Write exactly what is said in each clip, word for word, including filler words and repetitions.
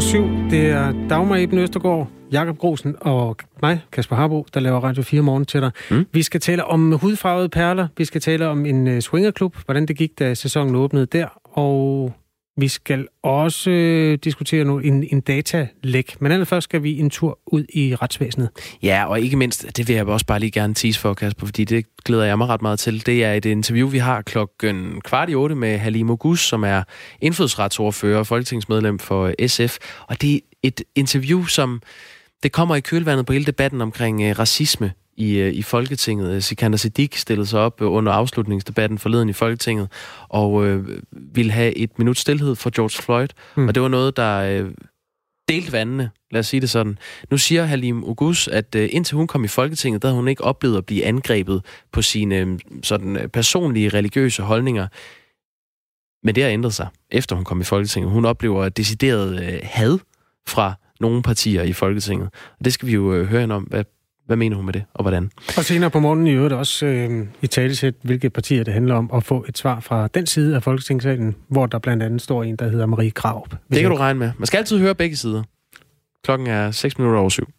syv. Det er Dagmar Eben Østergaard, Jakob Grosen og mig, Kasper Harbo, der laver Radio fire morgen til dig. Mm. Vi skal tale om hudfarvede perler. Vi skal tale om en swingerklub, hvordan det gik, da sæsonen åbnede der. Og vi skal også øh, diskutere nu en, en datalæk. Men allerførst skal vi en tur ud i retsvæsenet. Ja, og ikke mindst, det vil jeg også bare lige gerne tease for, Kasper, fordi det glæder jeg mig ret meget til. Det er et interview, vi har klokken kvart i otte med Halime Oguz, som er indfødsretsordfører og folketingsmedlem for S F. Og det er et interview, som det kommer i kølvandet på hele debatten omkring øh, racisme i, øh, i Folketinget. Sikander Siddique stillede sig op under afslutningsdebatten forleden i Folketinget og øh, ville have et minut stilhed for George Floyd. Mm. Og det var noget, der øh, delte vandene, lad os sige det sådan. Nu siger Halime Oguz, at øh, indtil hun kom i Folketinget, der havde hun ikke oplevet at blive angrebet på sine øh, sådan, personlige religiøse holdninger. Men det har ændret sig, efter hun kom i Folketinget. Hun oplever decideret øh, had fra nogle partier i Folketinget. Og det skal vi jo øh, høre hende om. Hvad, hvad mener hun med det, og hvordan? Og senere på morgenen i øvrigt også øh, i talesæt, hvilke partier det handler om, at få et svar fra den side af Folketingssalen, hvor der blandt andet står en, der hedder Marie Krarup. Det kan du regne med. Man skal altid høre begge sider. Klokken er seks minutter over syv.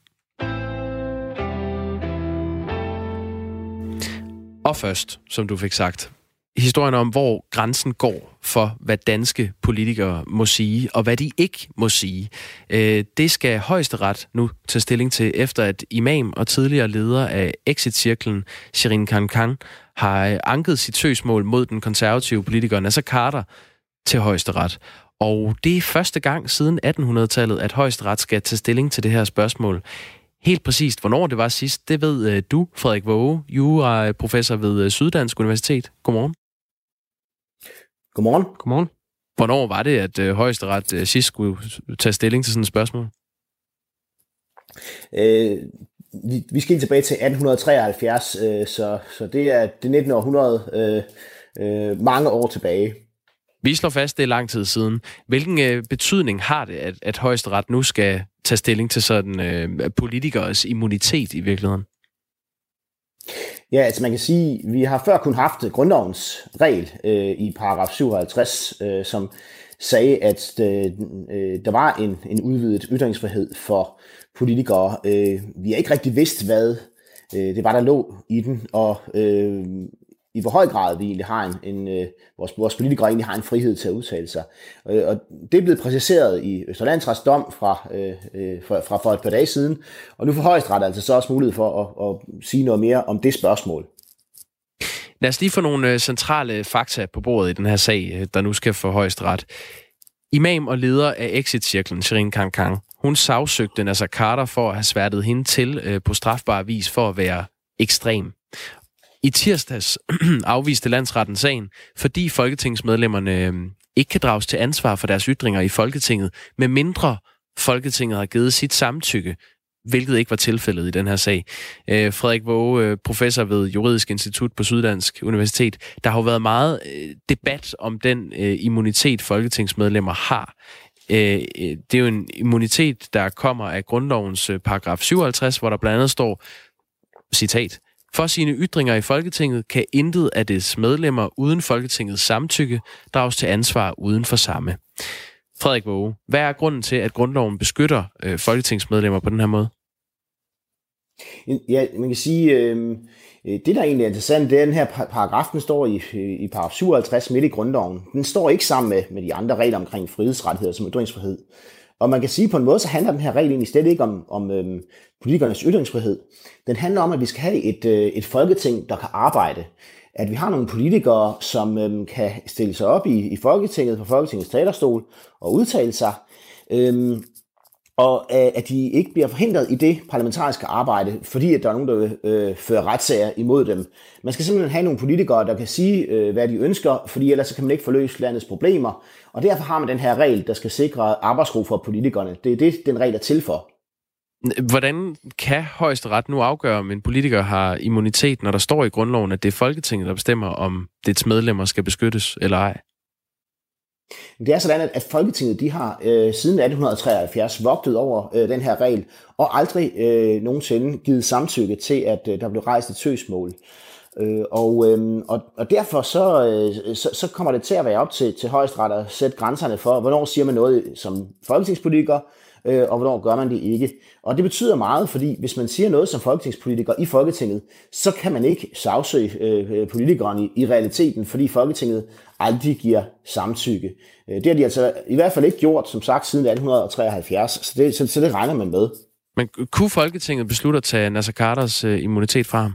Og først, som du fik sagt, historien om, hvor grænsen går for, hvad danske politikere må sige, og hvad de ikke må sige. Det skal Højesteret nu tage stilling til, efter at imam og tidligere leder af Exit-cirklen, Sherin Khankan, har anket sit søgsmål mod den konservative politiker Naser Khader til Højesteret. Og det er første gang siden attenhundredetallet, at Højesteret skal tage stilling til det her spørgsmål. Helt præcist, hvornår det var sidst, det ved du, Frederik Waage, juraprofessor ved Syddansk Universitet. Godmorgen. Godmorgen. Godmorgen. Hvornår var det, at øh, Højesteret øh, sidst skulle tage stilling til sådan et spørgsmål? Øh, vi, vi skal tilbage til atten treoghalvfjerds, øh, så, så det er det nittende århundrede, øh, øh, mange år tilbage. Vi slår fast, det er lang tid siden. Hvilken øh, betydning har det, at, at Højesteret nu skal tage stilling til sådan øh, politikers immunitet i virkeligheden? Ja, altså man kan sige, vi har før kun haft grundlovens regel øh, i paragraf syvoghalvtreds, øh, som sagde, at øh, der var en, en udvidet ytringsfrihed for politikere. Øh, vi har ikke rigtig vidst, hvad øh, det var, der lå i den, og øh, i hvor høj grad vi egentlig har en, en øh, vores, vores politikere egentlig har en frihed til at udtale sig. Øh, og det er blevet præciseret i Østre Landsrets dom fra, øh, fra, fra for et par dage siden, og nu får Højesteret altså så også mulighed for at, at sige noget mere om det spørgsmål. Lad os lige få nogle centrale fakta på bordet i den her sag, der nu skal for Højesteret. Imam og leder af Exit-cirklen, Sherin Khankan, hun sagsøgte Naser Khader for at have sværtet hende til øh, på strafbar vis for at være ekstrem. I tirsdags afviste landsretten sagen, fordi folketingsmedlemmerne øh, ikke kan drages til ansvar for deres ytringer i Folketinget, med mindre Folketinget har givet sit samtykke, hvilket ikke var tilfældet i den her sag. Øh, Frederik Waage, professor ved Juridisk Institut på Syddansk Universitet, der har jo været meget øh, debat om den øh, immunitet, folketingsmedlemmer har. Øh, det er jo en immunitet, der kommer af grundlovens øh, paragraf syvoghalvtreds, hvor der blandt andet står, citat, for sine ytringer i Folketinget kan intet af dets medlemmer uden Folketingets samtykke drages til ansvar uden for samme. Frederik Waage, hvad er grunden til, at grundloven beskytter øh, folketingsmedlemmer på den her måde? Ja, man kan sige, øh, det der egentlig er interessant, det er, at den her paragraf, den står i, i paragraf syvoghalvtreds midt i grundloven. Den står ikke sammen med, med de andre regler omkring frihedsrettigheder som ytringsfrihed. Og man kan sige, på en måde, så handler den her regel egentlig slet ikke om, om øhm, politikernes ytringsfrihed. Den handler om, at vi skal have et, øh, et folketing, der kan arbejde. At vi har nogle politikere, som øhm, kan stille sig op i, i Folketinget, på Folketingets talerstol og udtale sig. Øhm, og øh, at de ikke bliver forhindret i det parlamentariske arbejde, fordi at der er nogen, der øh, fører retssager imod dem. Man skal simpelthen have nogle politikere, der kan sige, øh, hvad de ønsker, fordi ellers så kan man ikke forløse landets problemer. Og derfor har man den her regel, der skal sikre arbejdsro for politikerne. Det er det, den regel er til for. Hvordan kan Højesteret nu afgøre, om en politiker har immunitet, når der står i grundloven, at det er Folketinget, der bestemmer, om dets medlemmer skal beskyttes eller ej? Det er sådan, at Folketinget de har øh, siden atten treoghalvfjerds vogtet over øh, den her regel, og aldrig øh, nogensinde givet samtykke til, at øh, der blev rejst et søgsmål. Øh, og, øh, og, og derfor så, øh, så, så kommer det til at være op til, til højesteret at sætte grænserne for, hvornår siger man noget som folketingspolitiker, øh, og hvornår gør man det ikke. Og det betyder meget, fordi hvis man siger noget som folketingspolitiker i Folketinget, så kan man ikke sagsøge øh, politikeren i, i realiteten, fordi Folketinget aldrig giver samtykke. Det har de altså i hvert fald ikke gjort, som sagt, siden atten treoghalvfjerds, så det, så, så det regner man med. Men kunne Folketinget beslutte at tage Naser Khaders øh, immunitet fra ham?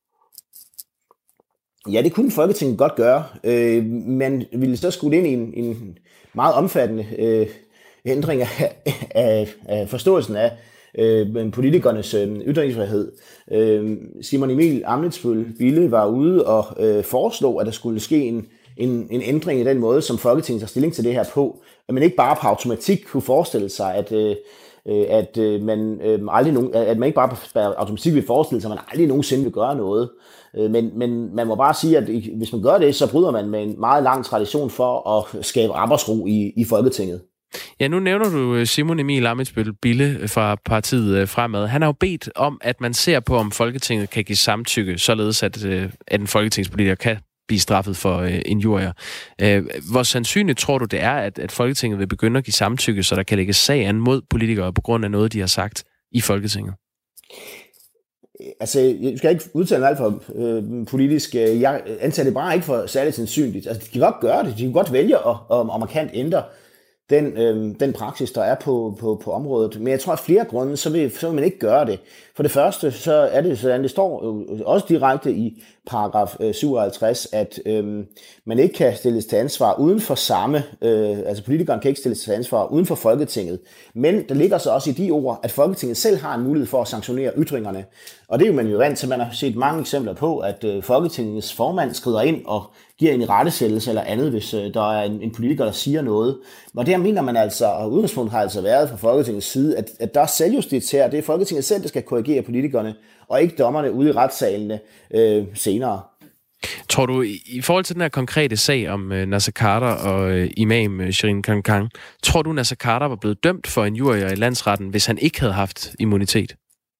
Ja, det kunne Folketinget godt gøre, øh, men ville så skulle ind i en, en meget omfattende øh, ændring af, af, af forståelsen af øh, politikernes øh, ytringsfrihed. Øh, Simon Emil Ammitzbøll-Bille var ude og øh, foreslå, at der skulle ske en, en, en ændring i den måde, som Folketinget tager stilling til det her på. At man ikke bare på automatik kunne forestille sig, at øh, at øh, man øh, aldrig nogen, at man ikke bare på automatik vil forestille sig, at man aldrig nogensinde vil gøre noget. Øh, men, men man må bare sige, at hvis man gør det, så bryder man med en meget lang tradition for at skabe arbejdsro i, i Folketinget. Ja, nu nævner du Simon Emil Ammitzbøll-Bille fra partiet Fremad. Han har jo bedt om, at man ser på, om Folketinget kan give samtykke, således at, at en folketingspolitiker kan blive straffet for øh, injurier. Øh, hvor sandsynligt tror du, det er, at, at Folketinget vil begynde at give samtykke, så der kan lægges sag an mod politikere på grund af noget, de har sagt i Folketinget? Altså, jeg skal ikke udtale mig alt for øh, politisk. Jeg antager det bare ikke for særligt sandsynligt. Altså, de kan godt gøre det. De kan godt vælge at, at, at markant ændre den, øh, den praksis, der er på, på, på området. Men jeg tror, at flere grunde, så vil, så vil man ikke gøre det. For det første, så er det sådan, det står også direkte i paragraf syvoghalvtreds, at øh, man ikke kan stilles til ansvar uden for samme, øh, altså politikeren kan ikke stilles til ansvar uden for Folketinget. Men der ligger så også i de ord, at Folketinget selv har en mulighed for at sanktionere ytringerne. Og det er jo man jo vant til. Man har set mange eksempler på, at øh, Folketingets formand skrider ind og giver en rettesættelse eller andet, hvis øh, der er en, en politiker, der siger noget. Og der mener man altså, og udgangspunkt har altså været fra Folketingets side, at, at der er selvjustits her. Det er Folketinget selv, der skal korrigere politikerne, og ikke dommerne ude i retssalene øh, senere. Tror du, i forhold til den her konkrete sag om uh, Naser Khader og uh, imam uh, Sherin Khankan, tror du, Naser Khader var blevet dømt for injurier i landsretten, hvis han ikke havde haft immunitet?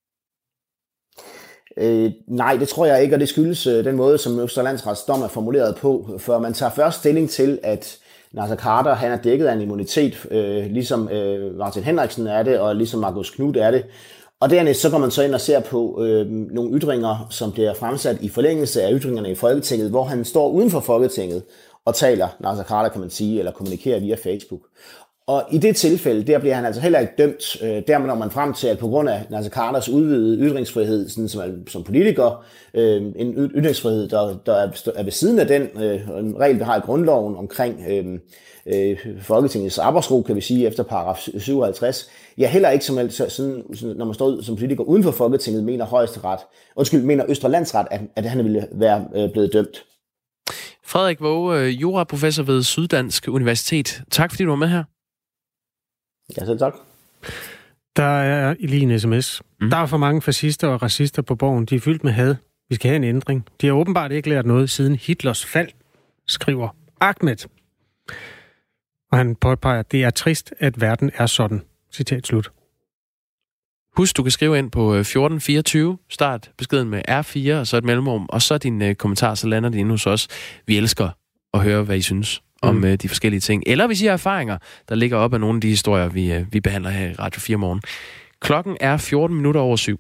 Øh, nej, det tror jeg ikke, og det skyldes øh, den måde, som Østre Landsrets dom er formuleret på. For man tager først stilling til, at Naser Khader, han er dækket af en immunitet, øh, ligesom øh, Martin Henriksen er det, og ligesom Marcus Knuth er det. Og dernæst så går man så ind og ser på øh, nogle ytringer, som bliver fremsat i forlængelse af ytringerne i Folketinget, hvor han står uden for Folketinget og taler, Naser Khader kan man sige, eller kommunikerer via Facebook. Og i det tilfælde, der bliver han altså heller ikke dømt. Øh, dermed når man frem til, at på grund af Naser Khaders udvidede ytringsfrihed sådan som, som politiker, øh, en ytringsfrihed, der, der er ved siden af den øh, en regel, vi har i grundloven omkring øh, øh, Folketingets arbejdsro, kan vi sige, efter paragraf syvoghalvtreds, ja, heller ikke som, sådan, sådan, når man står ud som politiker uden for Folketinget, mener højesteret, undskyld, mener Østre Landsret, at, at han ville være øh, blevet dømt. Frederik Waage, juraprofessor ved Syddansk Universitet. Tak fordi du var med her. Ja, selv tak. Der er lige en sms. Mm. Der er for mange fascister og racister på Borgen. De er fyldt med had. Vi skal have en ændring. De har åbenbart ikke lært noget siden Hitlers fald, skriver Ahmed. Og han påpeger, at det er trist, at verden er sådan. Citat slut. Husk, du kan skrive ind på fjorten fireogtyve. Start beskeden med R fire, og så et mellemrum. Og så din uh, kommentar, så lander det inde hos os. Vi elsker at høre, hvad I synes om mm. de forskellige ting. Eller hvis I har erfaringer, der ligger op af nogle af de historier, vi, vi behandler her i Radio fire Morgen. Klokken er fjorten minutter over syv.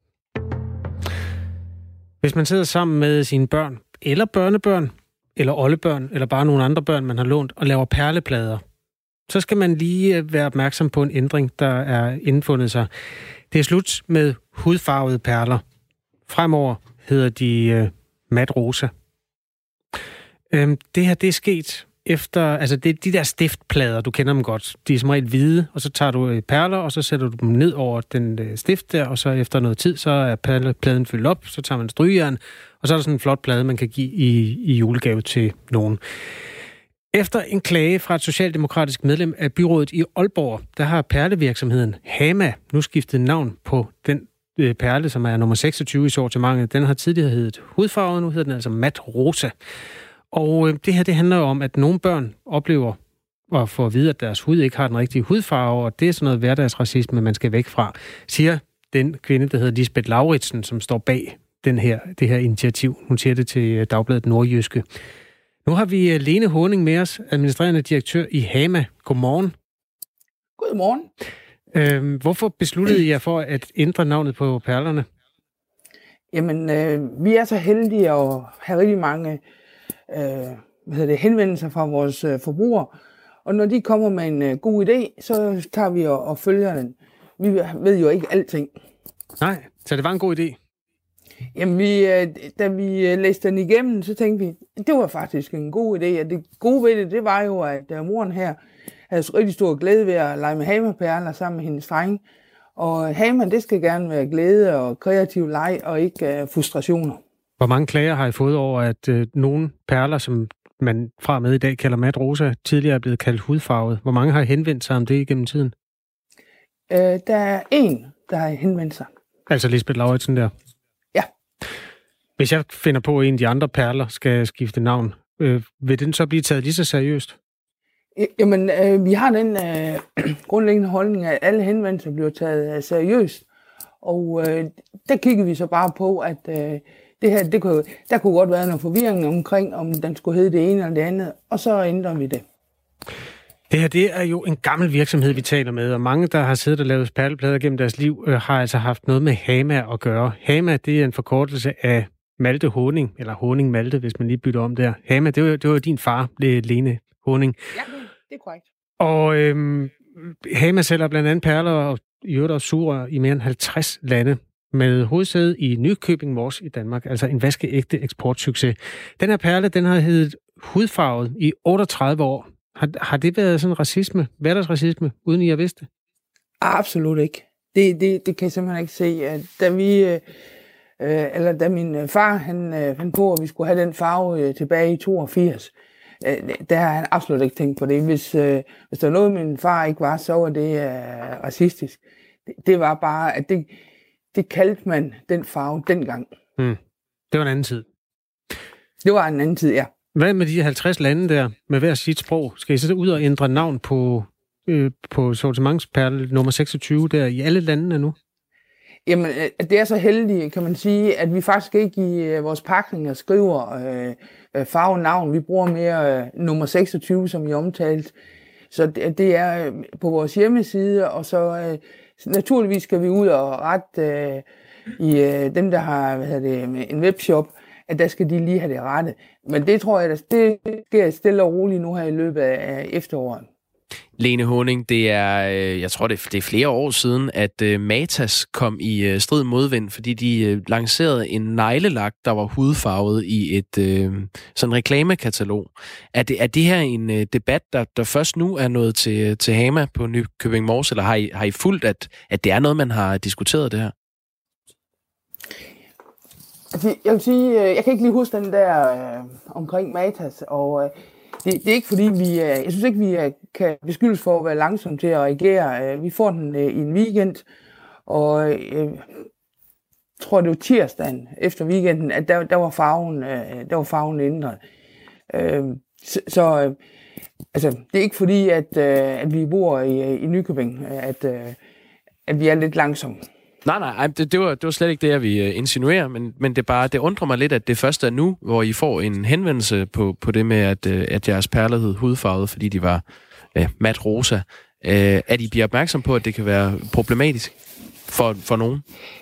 Hvis man sidder sammen med sine børn, eller børnebørn, eller oldebørn, eller bare nogle andre børn, man har lånt, og laver perleplader, så skal man lige være opmærksom på en ændring, der er indfundet sig. Det er slut med hudfarvede perler. Fremover hedder de uh, mat rosa. Øhm, det her, det er sket efter, altså det er de der stiftplader, du kender dem godt. De er som regel hvide, og så tager du perler, og så sætter du dem ned over den øh, stift der, og så efter noget tid, så er perlepladen fyldt op, så tager man strygejern, og så er der sådan en flot plade, man kan give i, i julegave til nogen. Efter en klage fra et socialdemokratisk medlem af byrådet i Aalborg, der har perlevirksomheden Hama nu skiftet navn på den øh, perle, som er nummer seksogtyve i sortimentet. Den har tidligere heddet hudfarvet, nu hedder den altså mat rosa. Og det her, det handler jo om, at nogle børn oplever at få at vide, at deres hud ikke har den rigtige hudfarve, og det er sådan noget hverdagsracisme, man skal væk fra, siger den kvinde, der hedder Lisbeth Lauritsen, som står bag den her, det her initiativ. Hun siger det til Dagbladet Nordjyske. Nu har vi Lene Håning med os, administrerende direktør i Hama. Godmorgen. Godmorgen. Øhm, hvorfor besluttede I jer for at ændre navnet på perlerne? Jamen, øh, vi er så heldige at have rigtig mange øh, hvad hedder det, henvendelser fra vores øh, forbrugere. Og når de kommer med en øh, god idé, så tager vi og, og følger den. Vi ved jo ikke alting. Nej, så det var en god idé. Jamen, vi, øh, da vi øh, læste den igennem, så tænkte vi, det var faktisk en god idé. Og det gode ved det, det var jo, at uh, moren her havde rigtig stor glæde ved at lege med Hama-perler sammen med hendes drenge. Og Hama, det skal gerne være glæde og kreativ leg, og ikke uh, frustrationer. Hvor mange klager har I fået over, at uh, nogle perler, som man fra med i dag kalder mat rosa, tidligere er blevet kaldt hudfarvet? Hvor mange har henvendt sig om det igennem tiden? Uh, der er en, der har henvendt sig. Altså Lisbeth Lauritsen der? Ja. Hvis jeg finder på, at en af de andre perler skal skifte navn, øh, vil den så blive taget lige så seriøst? Jamen, øh, vi har den øh, grundlæggende holdning, at alle henvendelser bliver taget øh, seriøst. Og øh, der kigger vi så bare på, at øh, det her, det kunne, der kunne godt være noget forvirring omkring, om den skulle hedde det ene eller det andet, og så ændrer vi det. Det her, det er jo en gammel virksomhed, vi taler med, og mange, der har siddet og lavet perleplader gennem deres liv, øh, har altså haft noget med Hama at gøre. Hama, det er en forkortelse af Malte Håning, eller Håning Malte, hvis man lige bytter om der. Hama, det var, det var din far, Lene Håning. Ja, det er korrekt. Og øhm, Hama sælger blandt andet perler og i øvrigt også sugerør i mere end halvtreds lande, med hovedsæde i Nykøbing Mors i Danmark, altså en vaskeægte eksportsucces. Den her perle, den har heddet hudfarvet i otteogtredive år. Har, har det været sådan racisme, hverdagsracisme, uden I har vidst det? Absolut ikke. Det, det, det kan jeg simpelthen ikke se. Da vi, øh, eller da min far han øh, fandt på, at vi skulle have den farve øh, tilbage i toogfirs, øh, der har han absolut ikke tænkt på det. Hvis, øh, hvis der var noget, min far ikke var, så var det øh, racistisk. Det, det var bare, at det, det kaldte man den farve dengang. Hmm. Det var en anden tid. Det var en anden tid, ja. Hvad med de halvtreds lande der, med hver sit sprog? Skal I så ud og ændre navn på, øh, på sortimentsperle nummer seksogtyve der i alle landene nu? Jamen, det er så heldigt, kan man sige, at vi faktisk ikke i vores pakninger skriver øh, farvenavn. Vi bruger mere øh, nummer seksogtyve, som I omtalt. Så det, det er øh, på vores hjemmeside, og så øh, naturligvis skal vi ud og rette øh, i øh, dem, der har hvad hedder det, en webshop, at der skal de lige have det rette. Men det tror jeg, at det sker stille og roligt nu her i løbet af efteråret. Lene Håning, det er, jeg tror, det er, det er flere år siden, at Matas kom i strid modvind, fordi de lancerede en neglelak, der var hudfarvet i et sådan reklamekatalog. Er det, er det her en debat, der, der først nu er nået til, til Hama på Nykøbing Mors, eller har I, har I fulgt, at, at det er noget, man har diskuteret det her? Jeg vil sige, jeg kan ikke lige huske den der øh, omkring Matas, og øh, det, det er ikke fordi, vi, øh, jeg synes ikke, vi øh, kan beskyldes for at være langsomme til at reagere. Vi får den øh, i en weekend, og øh, jeg tror, det var tirsdagen efter weekenden, at der, der, var, farven, øh, der var farven ændret. Øh, så så øh, altså, det er ikke fordi, at, øh, at vi bor i, i Nykøbing, at, øh, at vi er lidt langsomme. Nej, nej, det, det, var, det var slet ikke det, jeg vil insinuere, men, men det, bare, det undrer mig lidt, at det først er nu, hvor I får en henvendelse på, på det med, at, at jeres perler hed hudfarvet, fordi de var øh, mat rosa. Øh, at I bliver opmærksom på, at det kan være problematisk for, for nogen?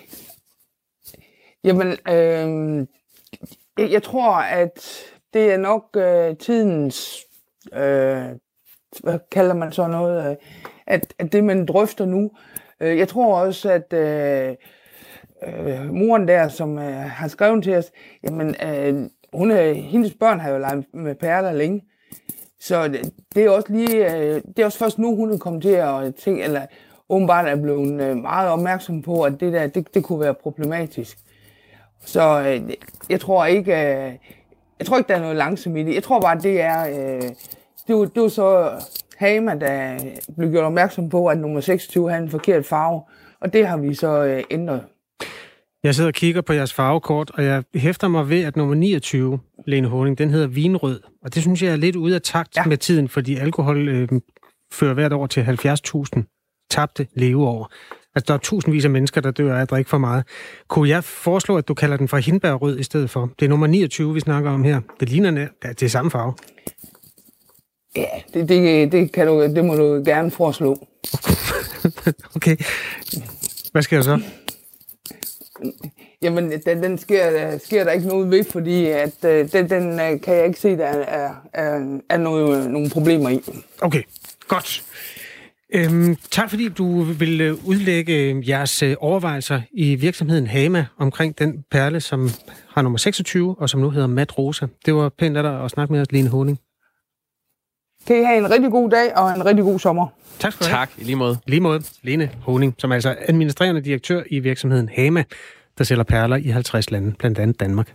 Jamen, øh, jeg tror, at det er nok øh, tidens, øh, hvad kalder man så noget, øh, at, at det, man drøfter nu. Jeg tror også, at øh, øh, moren der, som øh, har skrevet til os, jamen, øh, hun er, hendes børn har jo leget med perler længe. Så det, det er også lige, øh, det er også først nu, hun er kommet til at tænke, eller åbenbart er blevet øh, meget opmærksom på, at det der, det, det kunne være problematisk. Så øh, jeg tror ikke, øh, jeg tror ikke, der er noget langsomt i det. Jeg tror bare, det er, øh, det var, det var så Hama, der blev gjort opmærksom på, at nummer seksogtyve havde en forkert farve, og det har vi så øh, ændret. Jeg sidder og kigger på jeres farvekort, og jeg hæfter mig ved, at nummer niogtyve, Lene Håning, den hedder vinrød. Og det synes jeg er lidt ude af takt ja. med tiden, fordi alkohol øh, fører hvert år til halvfjerds tusind tabte leveår. Altså, der er tusindvis af mennesker, der dør af at drikke for meget. Kunne jeg foreslå, at du kalder den for hindbærrød i stedet for? Det er nummer niogtyve, vi snakker om her. Det ligner det er samme farve. Ja, det, det, det, kan du, det må du gerne foreslå. Okay. Hvad sker der så? Jamen, den, den sker, sker der ikke noget ved, fordi at, den, den kan jeg ikke se, der er, er, er noget, nogle problemer i. Okay, godt. Øhm, tak fordi du vil udlægge jeres overvejelser i virksomheden Hama omkring den perle, som har nummer seksogtyve, og som nu hedder Mat Rosa. Det var pænt af dig at snakke med os, Lene Honing. Kan I have en rigtig god dag og en rigtig god sommer. Tak skal du have. Tak, i lige måde. I lige måde, Lene Honing, som er altså administrerende direktør i virksomheden Hama, der sælger perler i halvtreds lande, blandt andet Danmark.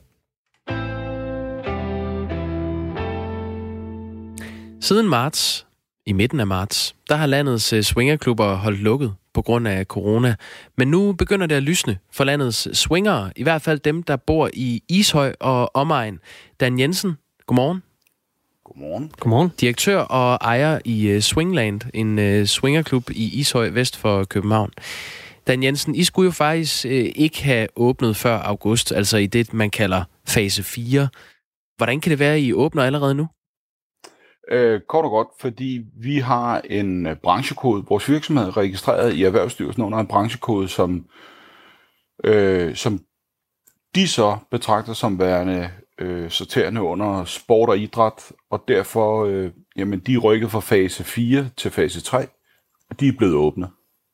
Siden marts, i midten af marts, der har landets swingerklubber holdt lukket på grund af corona. Men nu begynder det at lysne for landets swingere, i hvert fald dem, der bor i Ishøj og omegn. Dan Jensen, godmorgen. Godmorgen. Godmorgen. Direktør og ejer i uh, Swingland, en uh, swingerklub i Ishøj vest for København. Dan Jensen, I skulle jo faktisk uh, ikke have åbnet før august, altså i det, man kalder fase fire. Hvordan kan det være, at I åbner allerede nu? Øh, kort og godt, fordi vi har en branchekode. Vores virksomhed er registreret i Erhvervsstyrelsen under en branchekode, som, øh, som de så betragter som værende øh, sorterende under sport og idræt, og derfor øh, jamen, de er rykket fra fase fire til fase tre, og de er blevet åbne.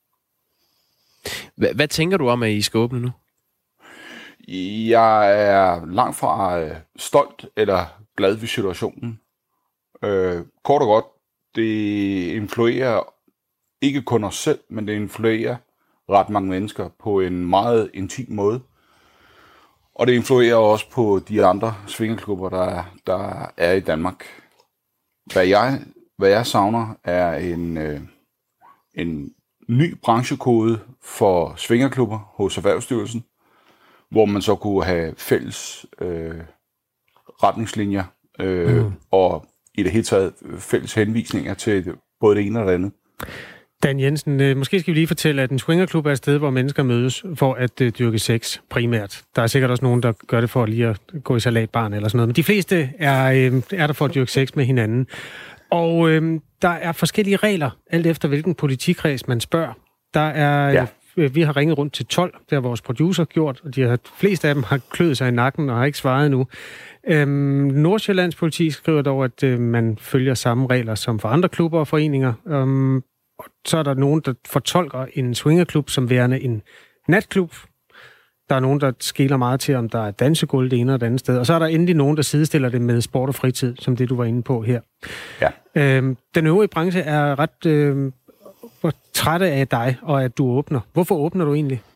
H- hvad tænker du om, at I skal åbne nu? Jeg er langt fra øh, stolt eller glad ved situationen. Øh, kort og godt, det influerer ikke kun os selv, men det influerer ret mange mennesker på en meget intim måde. Og det influerer også på de andre swingerklubber, der, der er i Danmark. Hvad jeg, hvad jeg savner er en, øh, en ny branchekode for swingerklubber hos Erhvervsstyrelsen, hvor man så kunne have fælles øh, retningslinjer øh, mm. og i det hele taget fælles henvisninger til både det ene og det andet. Dan Jensen, måske skal vi lige fortælle, at en swingerklub er et sted, hvor mennesker mødes for at dyrke sex primært. Der er sikkert også nogen, der gør det for lige at gå i salatbaren eller sådan noget. Men de fleste er, er der for at dyrke sex med hinanden. Og øhm, der er forskellige regler, alt efter hvilken politikreds man spørger. Der er... Ja. Vi har ringet rundt til tolv, det har vores producer gjort, og de har, fleste af dem har kløet sig i nakken og har ikke svaret endnu. Øhm, Nordsjællands politi skriver dog, at øh, man følger samme regler som for andre klubber og foreninger. Øhm, og så er der nogen, der fortolker en swingerklub som værende en natklub. Der er nogen, der skeler meget til, om der er dansegulv det ene og det andet sted. Og så er der endelig nogen, der sidestiller det med sport og fritid, som det, du var inde på her. Ja. Øhm, den øvrige branche er ret... Øh, hvor trætte af dig, og at du åbner. Hvorfor åbner du egentlig?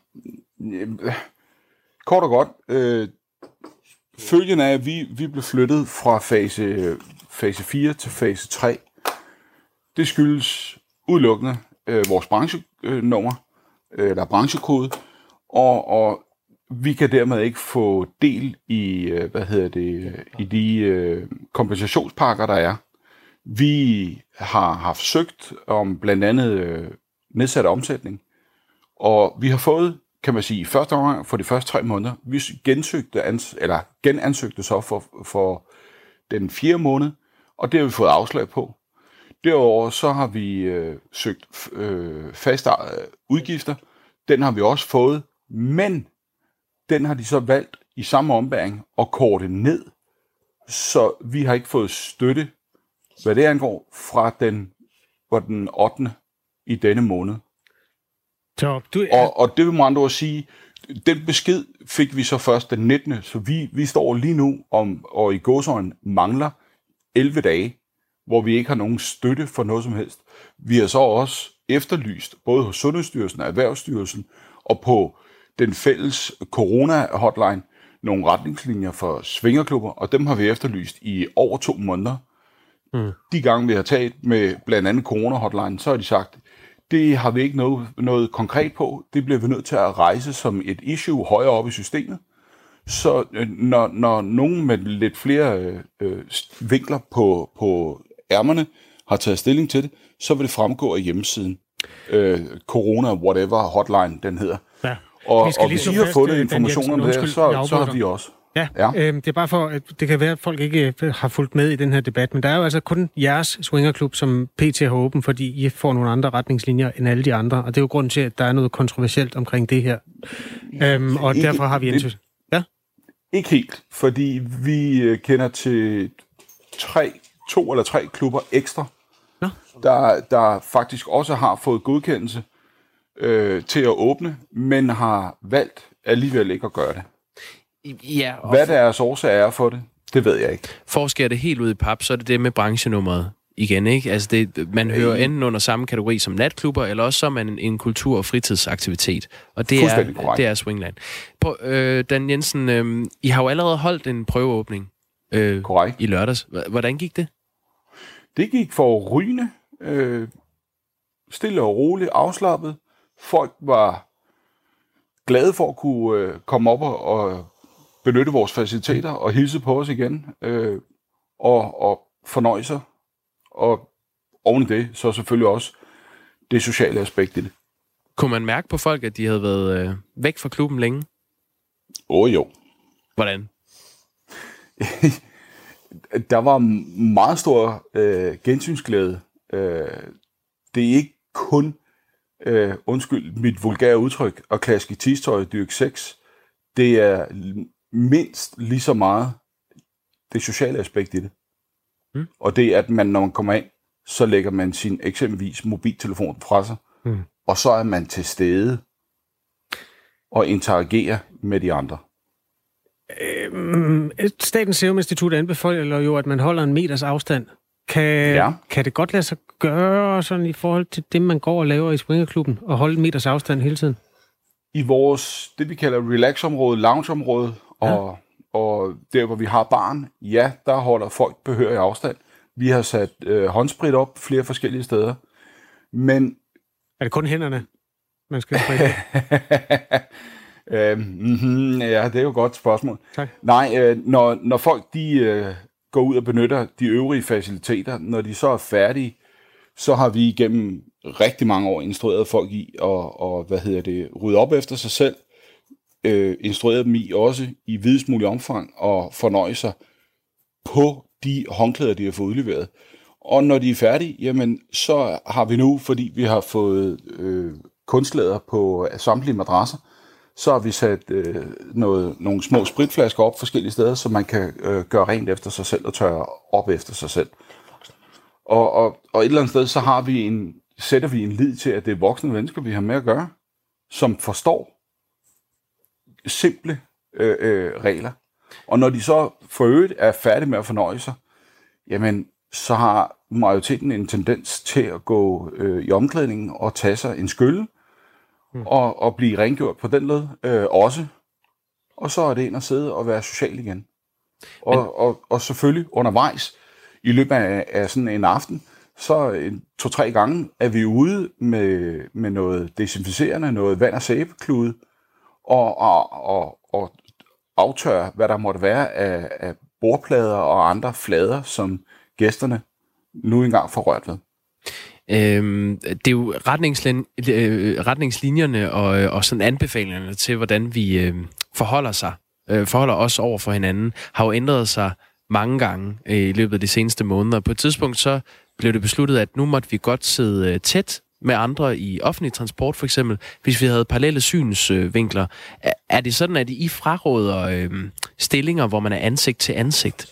Kort og godt. Øh, følgen af, at vi, vi blev flyttet fra fase, fase fire til fase tre. Det skyldes udelukkende øh, vores branchenummer, øh, eller branchekode, og, og vi kan dermed ikke få del i, øh, hvad hedder det, i de øh, kompensationspakker, der er. Vi har haft søgt om blandt andet øh, nedsat omsætning, og vi har fået, kan man sige, i første omgang for de første tre måneder, vi gensøgte, ans- eller genansøgte så for, for den fjerde måned, og det har vi fået afslag på. Derudover så har vi øh, søgt øh, faste øh, udgifter, den har vi også fået, men den har de så valgt i samme ombæring at korte ned, så vi har ikke fået støtte, hvad det angår, fra den, fra den ottende i denne måned. Så, du er... og, og det vil man andre ord sige, den besked fik vi så først den nittende Så vi, vi står lige nu om, og i gåseøjne mangler elleve dage, hvor vi ikke har nogen støtte for noget som helst. Vi har så også efterlyst, både hos Sundhedsstyrelsen og Erhvervsstyrelsen, og på den fælles corona-hotline, nogle retningslinjer for swingerklubber, og dem har vi efterlyst i over to måneder. Mm. De gange, vi har taget med blandt andet corona-hotline, så har de sagt, det har vi ikke noget, noget konkret på. Det bliver vi nødt til at rejse som et issue højere op i systemet. Så når, når nogen med lidt flere øh, vinkler på, på ærmerne har taget stilling til det, så vil det fremgå af hjemmesiden. øh, corona, whatever hotline den hedder. Ja. Og, og hvis I har fundet informationerne der, så, så har vi også. Ja, ja. Øh, det er bare for, at det kan være, at folk ikke har fulgt med i den her debat, men der er jo altså kun jeres swingerklub, som P T har åben, fordi I får nogle andre retningslinjer end alle de andre, og det er jo grunden til, at der er noget kontroversielt omkring det her. Øhm, og ikke, derfor har vi en... Ja? Ikke helt, fordi vi kender til tre, to eller tre klubber ekstra, der, der faktisk også har fået godkendelse øh, til at åbne, men har valgt alligevel ikke at gøre det. Ja, Hvad for... deres årsag er for det, det ved jeg ikke. For at skære det helt ud i pap, så er det det med branchenummeret igen, ikke? Altså det, man hører øh, enten under samme kategori som natklubber, eller også som en, en kultur- og fritidsaktivitet. Og det er, det er Swingland. På, øh, Dan Jensen, øh, I har jo allerede holdt en prøveåbning øh, i lørdags. Hvordan gik det? Det gik for rygende, øh, stille og roligt, afslappet. Folk var glade for at kunne øh, komme op og, og benytte vores faciliteter og hilse på os igen, øh, og, og fornøje sig. Og oven i det, så selvfølgelig også det sociale aspekt i det. Kunne man mærke på folk, at de havde været øh, væk fra klubben længe? Åh oh, jo. Hvordan? Der var meget stor øh, gensynsglæde. Øh, det er ikke kun, øh, undskyld mit vulgære udtryk, at klaske i tistøj og dyrke sex. Det er mindst lige så meget det sociale aspekt i det. Mm. Og det er, at man, når man kommer ind, så lægger man sin eksempelvis mobiltelefon fra sig, mm. og så er man til stede og interagerer med de andre. Øhm, Statens Serum Institut anbefaler jo, at man holder en meters afstand. Kan, ja. kan det godt lade sig gøre sådan i forhold til det, man går og laver i swingerklubben, og holde en meters afstand hele tiden? I vores, det vi kalder relaxområde, loungeområde, ja. og, og der, hvor vi har barn, ja, der holder folk behørig afstand. Vi har sat øh, håndsprit op flere forskellige steder. Men... Er det kun hænderne, man skal spritte? øh, mm-hmm, ja, det er jo et godt spørgsmål. Tak. Nej, øh, når, når folk de, øh, går ud og benytter de øvrige faciliteter, når de så er færdige, så har vi igennem rigtig mange år instrueret folk i at og, hvad hedder det, rydde op efter sig selv, øh, instrueret dem i også i videst mulig omfang og fornøje sig på de håndklæder, de har fået udleveret. Og når de er færdige, jamen, så har vi nu, fordi vi har fået øh, kunstlæder på samtlige madrasser, så har vi sat øh, noget, nogle små spritflasker op forskellige steder, så man kan øh, gøre rent efter sig selv og tørre op efter sig selv. Og, og, og et eller andet sted, så har vi en, sætter vi en lid til, at det er voksne mennesker, vi har med at gøre, som forstår simple øh, øh, regler. Og når de så for øvrigt er færdige med at fornøje sig, jamen, så har majoriteten en tendens til at gå øh, i omklædningen og tage sig en skylle, mm. og, og blive rengjort på den led øh, også. Og så er det ind at sidde og være social igen. Og, Men... og, og selvfølgelig undervejs, i løbet af, af sådan en aften, så en, to-tre gange er vi ude med, med noget desinficerende, noget vand- og sæbeklude, og, og, og, og aftørre, hvad der måtte være af, af bordplader og andre flader, som gæsterne nu engang får rørt ved. Øhm, det er jo retningslin- øh, retningslinjerne og, og sådan anbefalingerne til, hvordan vi øh, forholder sig, øh, forholder os over for hinanden, har jo ændret sig mange gange øh, i løbet af de seneste måneder. På et tidspunkt så blev det besluttet, at nu måtte vi godt sidde øh, tæt med andre i offentlig transport, for eksempel, hvis vi havde parallelle synsvinkler. Øh, er det sådan, at I fraråder øh, stillinger, hvor man er ansigt til ansigt?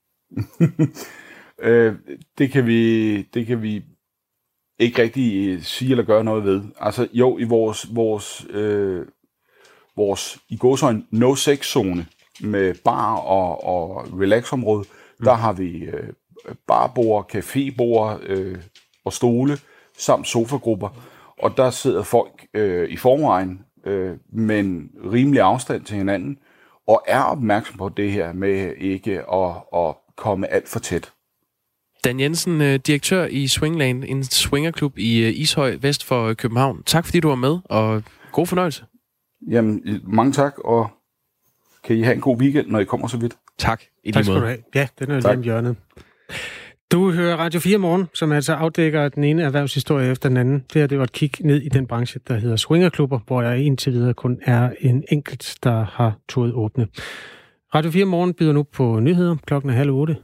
øh, det kan vi, det kan vi ikke rigtig sige eller gøre noget ved. Altså jo, i vores, vores, øh, vores i gåseøjne no-sex-zone med bar og, og relax-område, mm. der har vi øh, barbord, cafébord øh, og stole, samt sofagrupper. Og der sidder folk øh, i forvejen øh, med en rimelig afstand til hinanden, og er opmærksom på det her med ikke at, at komme alt for tæt. Dan Jensen, direktør i Swingland, en swingerklub i Ishøj, vest for København. Tak fordi du var med, og god fornøjelse. Jamen, mange tak, og kan I have en god weekend, når I kommer så vidt. Tak, i tak lige måde. Tak skal du have. Ja, den er lige om hjørnet. Du hører Radio fire Morgen, som altså afdækker den ene erhvervshistorie efter den anden. Det her, det var et kig ned i den branche, der hedder swingerklubber, hvor der indtil videre kun er en enkelt, der har tået åbne. Radio fire Morgen byder nu på nyheder. Klokken er halv otte.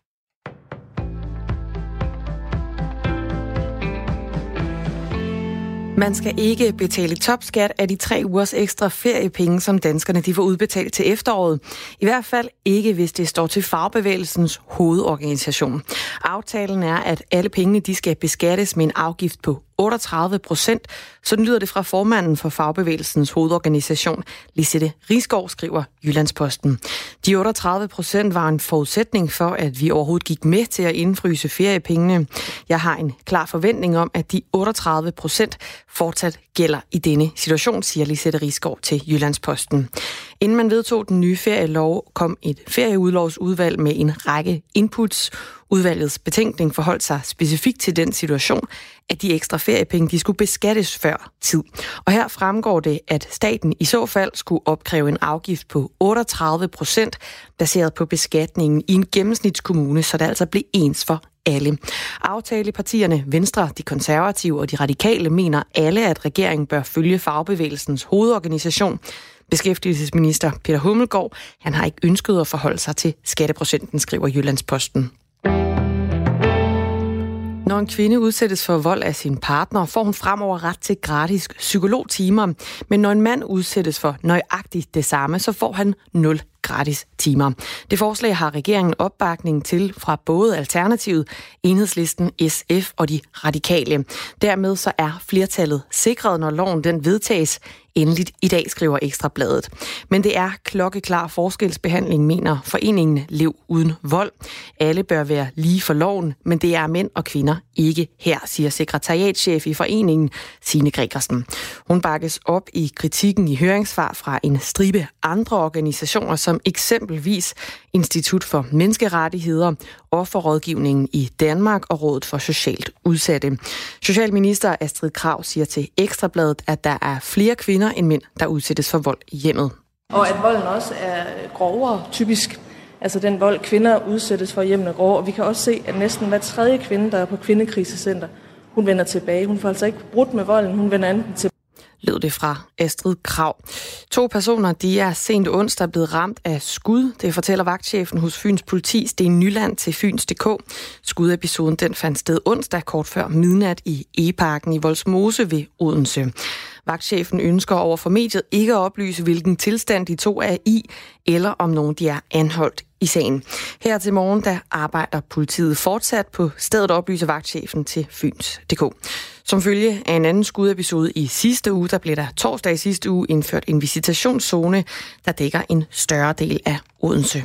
Man skal ikke betale topskat af de tre ugers ekstra feriepenge, som danskerne de får udbetalt til efteråret. I hvert fald ikke, hvis det står til fagbevægelsens hovedorganisation. Aftalen er, at alle pengene de skal beskattes med en afgift på otteogtredive procent. Sådan lyder det fra formanden for fagbevægelsens hovedorganisation, Lisette Risgaard, skriver Jyllandsposten. De otteogtredive procent var en forudsætning for, at vi overhovedet gik med til at indfryse feriepengene. Jeg har en klar forventning om, at de otteogtredive procent fortsat gælder i denne situation, siger Lisette Risgaard til Jyllandsposten. Inden man vedtog den nye ferielov, kom et ferieudlovsudvalg med en række inputs. Udvalgets betænkning forholdt sig specifikt til den situation, at de ekstra feriepenge de skulle beskattes før tid. Og her fremgår det, at staten i så fald skulle opkræve en afgift på otteogtredive procent, baseret på beskatningen i en gennemsnitskommune, så det altså blev ens for alle. Aftalepartierne Venstre, de konservative og de radikale mener alle, at regeringen bør følge fagbevægelsens hovedorganisation. Beskæftigelsesminister Peter Hummelgaard, han har ikke ønsket at forholde sig til skatteprocenten, skriver Jyllandsposten. Når en kvinde udsættes for vold af sin partner, får hun fremover ret til gratis psykologtimer. Men når en mand udsættes for nøjagtigt det samme, så får han nul gratis timer. Det forslag har regeringen opbakning til fra både Alternativet, Enhedslisten, S F og de radikale. Dermed så er flertallet sikret, når loven den vedtages endeligt i dag, skriver Ekstrabladet. Men det er klokkeklar forskelsbehandling, mener foreningen Lev Uden Vold. Alle bør være lige for loven, men det er mænd og kvinder ikke her, siger sekretariatschef i foreningen Signe Gregersen. Hun bakkes op i kritikken i høringssvar fra en stribe andre organisationer, som eksempelvis Institut for Menneskerettigheder, Offerrådgivningen i Danmark og Rådet for Socialt Udsatte. Socialminister Astrid Krag siger til Ekstrabladet, at der er flere kvinder end mænd, der udsættes for vold i hjemmet. Og at volden også er grovere, typisk. Altså den vold, kvinder udsættes for hjemmet er grovere. Og vi kan også se, at næsten hver tredje kvinde, der er på kvindekrisecenter, hun vender tilbage. Hun får altså ikke brudt med volden, hun vender enten tilbage. Lød det fra Astrid Krag. To personer, de er sent onsdag blevet ramt af skud. Det fortæller vagtchefen hos Fyns politi, Sten Nyland, til Fyns punktum d k. Skudepisoden den fandt sted onsdag kort før midnat i Egeparken i Vollsmose ved Odense. Vagtchefen ønsker over for mediet ikke at oplyse, hvilken tilstand de to er i, eller om nogen de er anholdt i sagen. Her til morgen, der arbejder politiet fortsat på stedet, oplyser vagtchefen til Fyns punktum d k. Som følge af en anden skudepisode i sidste uge, der blev der torsdag i sidste uge indført en visitationszone, der dækker en større del af Odense.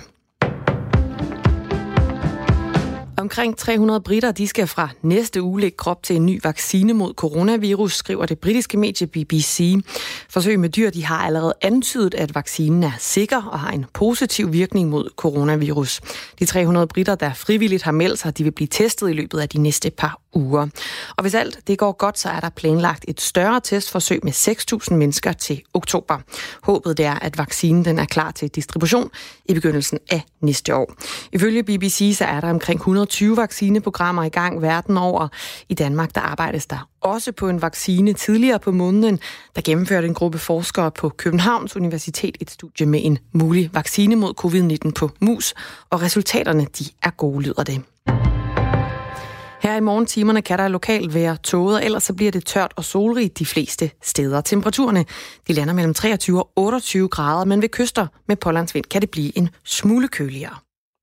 Omkring tre hundrede briter, de skal fra næste uge lægge krop til en ny vaccine mod coronavirus, skriver det britiske medie B B C. Forsøg med dyr, de har allerede antydet, at vaccinen er sikker og har en positiv virkning mod coronavirus. De tre hundrede briter, der frivilligt har meldt sig, de vil blive testet i løbet af de næste par uger. Og hvis alt det går godt, så er der planlagt et større testforsøg med seks tusind mennesker til oktober. Håbet det er, at vaccinen den er klar til distribution i begyndelsen af næste år. Ifølge B B C så er der omkring et hundrede og tyve vaccineprogrammer i gang verden over. I Danmark der arbejdes der også på en vaccine. Tidligere på måneden, der gennemførte en gruppe forskere på Københavns Universitet et studie med en mulig vaccine mod covid nitten på mus, og resultaterne de er gode, lyder det. Her i morgentimerne kan der lokalt være tåget, og ellers så bliver det tørt og solrigt de fleste steder. Temperaturerne de lander mellem treogtyve og otteogtyve grader, men ved kyster med pålandsvind kan det blive en smule køligere.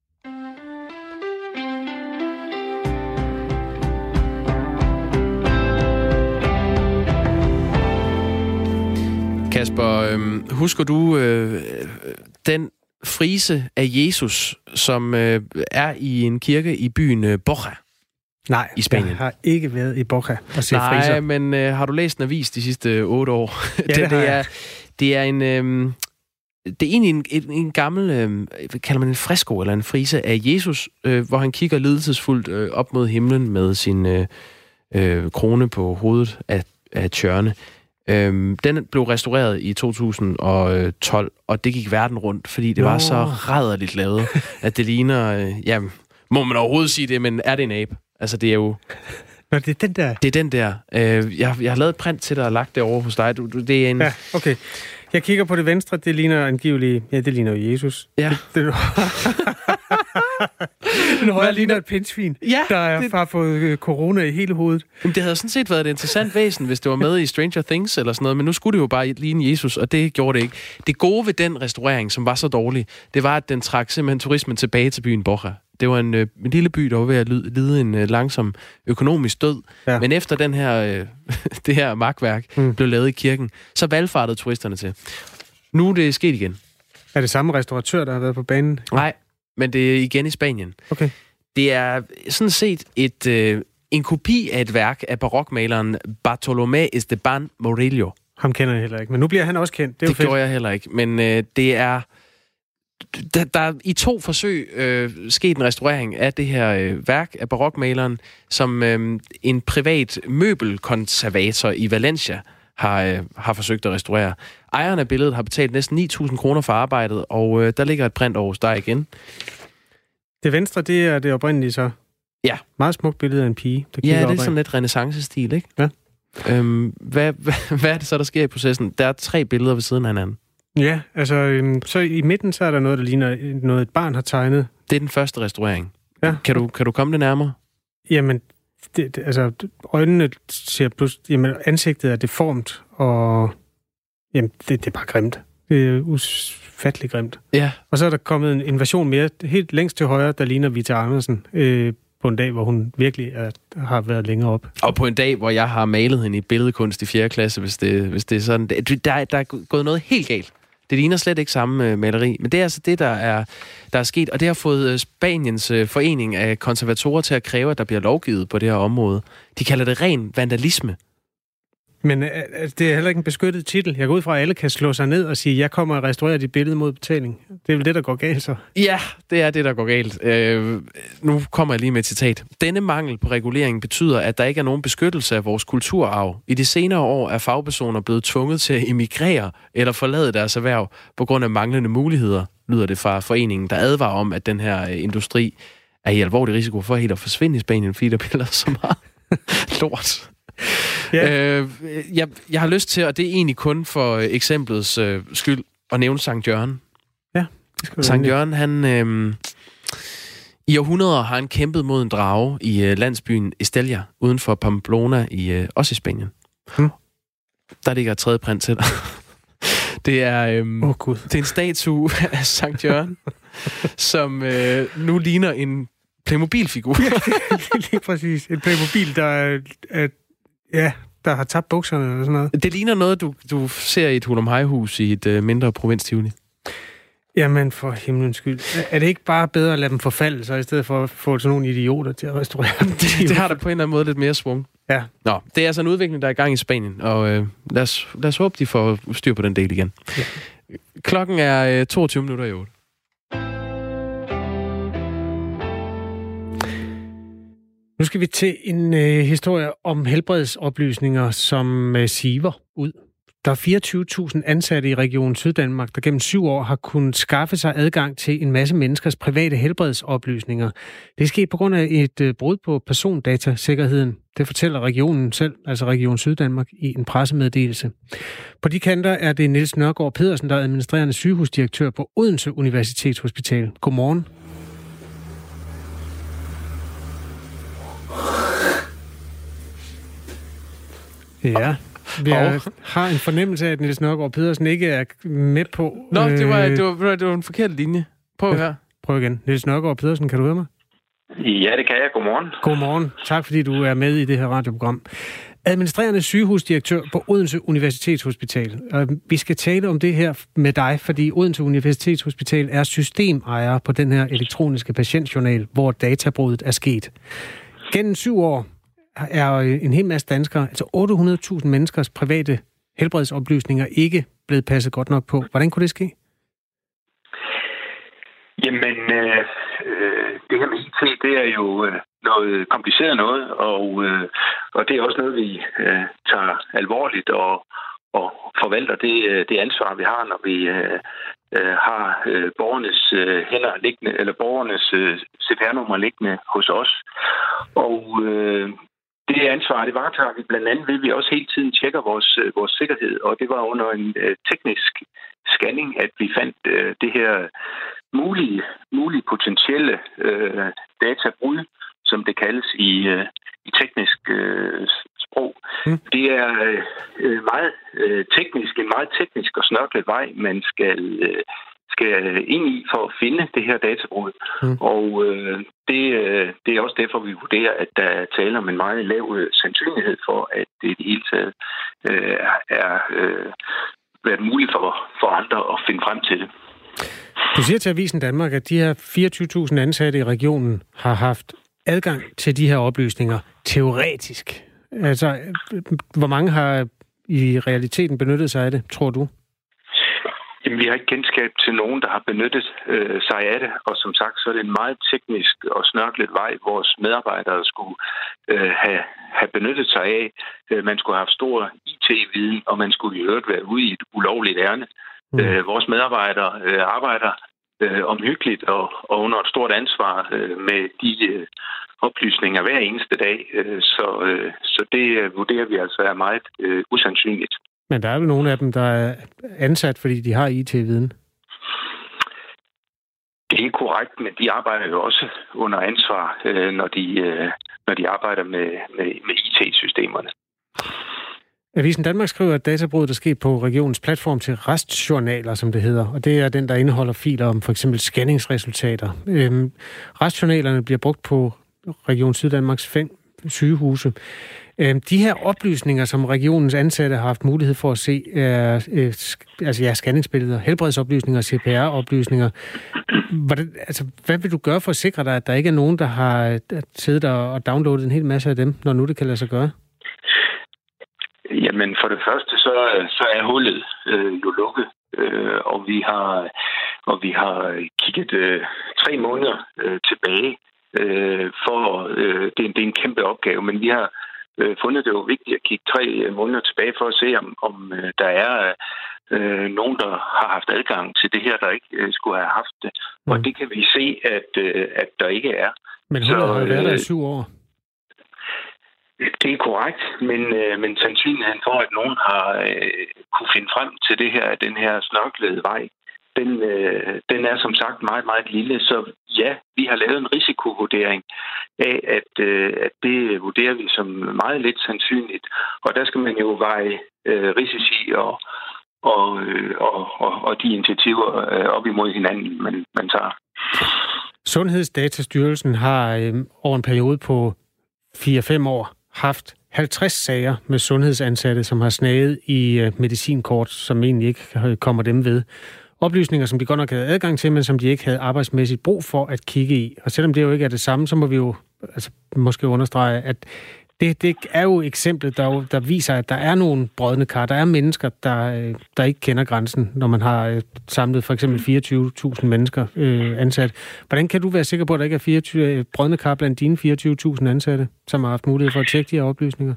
Kasper, øh, husker du øh, den frise af Jesus, som øh, er i en kirke i byen øh, Borja? Nej, i Spanien. Jeg har ikke været i Borja og set Nej, friser. men øh, har du læst en avis de sidste øh, otte år? Ja, det, det, det, er, er, det er en... Øh, det er egentlig en, en, en gammel, øh, hvad kalder man en fresko eller en frise af Jesus, øh, hvor han kigger ledelsesfuldt øh, op mod himlen med sin øh, øh, krone på hovedet af, af tjørne. Øh, den blev restaureret i to tusind og tolv, og det gik verden rundt, fordi det Nå. var så rædderligt lavet, at det ligner... Øh, ja, Må man overhovedet sige det, men er det en abe? Altså, det er jo... Nå, det er den der. Det er den der. Øh, jeg, jeg har lavet et print til dig og lagt det over hos dig. Du, du, det er en... Ja, okay. Jeg kigger på det venstre, det ligner angiveligt... Ja, det ligner jo Jesus. Ja. Det, det, den højre ligner et pindsvin, ja, der er det... har fået corona i hele hovedet. Jamen, det havde sådan set været et interessant væsen, hvis det var med i Stranger Things eller sådan noget, men nu skulle det jo bare ligne Jesus, og det gjorde det ikke. Det gode ved den restaurering, som var så dårlig, det var, at den trak simpelthen turismen tilbage til byen Borja. Det var en, øh, en lille by, der var ved at lide en øh, langsom økonomisk død. Ja. Men efter den her, øh, det her magtværk mm. blev lavet i kirken, så valgfartede turisterne til. Nu er det sket igen. Er det samme restauratør, der har været på banen? Nej, men det er igen i Spanien. Okay. Det er sådan set et, øh, en kopi af et værk af barokmaleren Bartolomé Esteban Murillo. Ham kender jeg heller ikke, men nu bliver han også kendt. Det, er det jo gjorde jeg heller ikke, men øh, det er... Der, der er i to forsøg øh, sket en restaurering af det her øh, værk af barokmaleren, som øh, en privat møbelkonservator i Valencia har, øh, har forsøgt at restaurere. Ejeren af billedet har betalt næsten ni tusind kroner for arbejdet, og øh, der ligger et print over hos dig igen. Det venstre, det er det oprindelige så? Ja. Meget smukt billede af en pige, der kigger Ja, det er opad. sådan lidt renæssancestil, ikke? Ja. Øhm, hvad, hvad, hvad er det så, der sker i processen? Der er tre billeder ved siden af hinanden. Ja, altså øhm, så i midten, så er der noget, der ligner noget, et barn har tegnet. Det er den første restaurering. Ja. Kan du, kan du komme det nærmere? Jamen, det, det, altså øjnene ser pludselig, jamen ansigtet er deformt, og jamen, det, det er bare grimt. Det er ufatteligt grimt. Ja. Og så er der kommet en, en version mere, helt længst til højre, der ligner Vita Andersen, øh, på en dag, hvor hun virkelig er, har været længere op. Og på en dag, hvor jeg har malet hende i billedkunst i fjerde klasse, hvis det, hvis det er sådan. Der, der er gået noget helt galt. Det ligner slet ikke samme maleri, men det er altså det, der er, der er sket, og det har fået Spaniens forening af konservatorer til at kræve, at der bliver lovgivet på det her område. De kalder det ren vandalisme. Men altså, det er heller ikke en beskyttet titel. Jeg går ud fra, at alle kan slå sig ned og sige, jeg kommer og restaurerer dit billede mod betaling. Det er vel det, der går galt så? Ja, det er det, der går galt. Øh, nu kommer jeg lige med et citat. Denne mangel på regulering betyder, at der ikke er nogen beskyttelse af vores kulturarv. I de senere år er fagpersoner blevet tvunget til at emigrere eller forlade deres erhverv på grund af manglende muligheder, lyder det fra foreningen, der advarer om, at den her industri er i alvorlig risiko for helt at forsvinde i Spanien, fordi der bliver så meget lort. Ja. Øh, jeg, jeg har lyst til, og det er egentlig kun for eksemplets øh, skyld, at nævne Sankt Jørgen. Ja, Sankt Jørgen, han... Øh, i århundreder har han kæmpet mod en drage i øh, landsbyen Estella, uden for Pamplona, i, øh, også i Spanien. Hmm. Der ligger et tredje print til dig. Det er, øhm, oh, Gud. det er en statue af Sankt Jørgen, som øh, nu ligner en Playmobil-figur. Ja, lige præcis. En Playmobil, der er... er ja, der har tabt bukserne eller sådan noget. Det ligner noget, du, du ser i et Hulumhej-hus i et øh, mindre provinstivoli. Jamen, for himlens skyld. Er det ikke bare bedre at lade dem forfalde, så i stedet for at få sådan nogle idioter til at restaurere dem? Det, det har der på en eller anden måde lidt mere svung. Ja. Nå, det er altså en udvikling, der er i gang i Spanien, og øh, lad, os, lad os håbe, de får styr på den del igen. Ja. Klokken er øh, toogtyve minutter i otte. Nu skal vi til en øh, historie om helbredsoplysninger, som øh, siver ud. Der er fireogtyve tusind ansatte i Region Syddanmark, der gennem syv år har kunnet skaffe sig adgang til en masse menneskers private helbredsoplysninger. Det er sket på grund af et øh, brud på persondatasikkerheden. Det fortæller regionen selv, altså Region Syddanmark, i en pressemeddelelse. På de kanter er det Niels Nørgaard Pedersen, der er administrerende sygehusdirektør på Odense Universitetshospital. Godmorgen. Ja, vi har en fornemmelse af, at Niels Nørgaard Pedersen ikke er med på... Nå, det var, det var, det var en forkert linje. Prøv her. Prøv igen. Niels Nørgaard Pedersen, kan du høre mig? Ja, det kan jeg. Godmorgen. Godmorgen. Tak, fordi du er med i det her radioprogram. Administrerende sygehusdirektør på Odense Universitetshospital. Vi skal tale om det her med dig, fordi Odense Universitetshospital er systemejer på den her elektroniske patientjournal, hvor databruddet er sket. Gennem syv år er en hel masse danskere, altså otte hundrede tusind menneskers private helbredsoplysninger, ikke blevet passet godt nok på. Hvordan kunne det ske? Jamen, øh, det her med I T, det er jo øh, noget kompliceret noget, og, øh, og det er også noget, vi øh, tager alvorligt og, og forvalter det, det ansvar, vi har, når vi øh, øh, har øh, borgernes øh, hænder liggende, eller borgernes øh, C C P R-nummer liggende hos os. Og øh, det ansvar, det varetager vi blandt andet ved, at vi også hele tiden tjekker vores, vores sikkerhed, og det var under en øh, teknisk scanning, at vi fandt øh, det her mulige, mulige potentielle øh, databrud, som det kaldes i, øh, i teknisk øh, sprog. Mm. Det er øh, meget øh, teknisk, en meget teknisk og snørklet vej, man skal, øh, skal ind i for at finde det her databrud. Mm. Og øh, det, øh, det er også derfor, vi vurderer, at der er tale om en meget lav sandsynlighed for, at det i det hele taget øh, er øh, været muligt for, for andre at finde frem til det. Du siger til Avisen Danmark, at de her fireogtyve tusind ansatte i regionen har haft adgang til de her oplysninger teoretisk. Altså, hvor mange har i realiteten benyttet sig af det, tror du? Jamen, vi har ikke kendskab til nogen, der har benyttet øh, sig af det, og som sagt, så er det en meget teknisk og snørklet vej, vores medarbejdere skulle øh, have, have benyttet sig af. Øh, man skulle have haft stor I T-viden, og man skulle i øvrigt være ude i et ulovligt ærne. Mm. Øh, vores medarbejdere øh, arbejder øh, omhyggeligt og, og under et stort ansvar øh, med de øh, oplysninger hver eneste dag. Øh, så, øh, så det øh, vurderer vi altså er meget øh, usandsynligt. Men der er vel nogle af dem, der er ansat, fordi de har I T-viden? Det er korrekt, men de arbejder jo også under ansvar, øh, når, de, øh, når de arbejder med, med, med I T-systemerne. Avisen Danmark skriver, at databruddet er sket på regionens platform til restjournaler, som det hedder. Og det er den, der indeholder filer om for eksempel scanningsresultater. Øhm, restjournalerne bliver brugt på Region Syddanmarks fem sygehuse. Øhm, de her oplysninger, som regionens ansatte har haft mulighed for at se, er øh, sk- altså ja, scanningsbilleder, helbredsoplysninger, C P R-oplysninger. Hvordan, altså, hvad vil du gøre for at sikre dig, at der ikke er nogen, der har siddet og downloadet en hel masse af dem, når nu det kan lade sig gøre? Jamen, for det første, så, så er hullet øh, jo lukket, øh, og vi har og vi har kigget øh, tre måneder øh, tilbage, øh, for øh, det, det er en kæmpe opgave, men vi har øh, fundet det jo vigtigt at kigge tre måneder tilbage for at se, om, om øh, der er øh, nogen, der har haft adgang til det her, der ikke øh, skulle have haft det. Mm. Og det kan vi se, at, øh, at der ikke er. Men hullet har været der i syv år. Det er korrekt, men, øh, men sandsynligheden for, at nogen har øh, kunne finde frem til det her, den her snørklede vej, den, øh, den er som sagt meget, meget lille. Så ja, vi har lavet en risikovurdering af, at, øh, at det vurderer vi som meget lidt sandsynligt. Og der skal man jo veje øh, risici og, og, øh, og, og, og de initiativer øh, op imod hinanden, man, man tager. Sundhedsdatastyrelsen har øh, over en periode på fire fem år haft halvtreds sager med sundhedsansatte, som har snaget i uh, medicinkort, som egentlig ikke kommer dem ved. Oplysninger, som de godt nok havde adgang til, men som de ikke havde arbejdsmæssigt brug for at kigge i. Og selvom det jo ikke er det samme, så må vi jo altså, måske understrege, at det, det er jo eksemplet, der, der viser, at der er nogle brodne kar. Der er mennesker, der, der ikke kender grænsen, når man har samlet for eksempel fireogtyve tusind mennesker øh, ansat. Hvordan kan du være sikker på, at der ikke er fireogtyve brodne kar blandt dine fireogtyve tusind ansatte, som har haft mulighed for at tjekke de her oplysninger?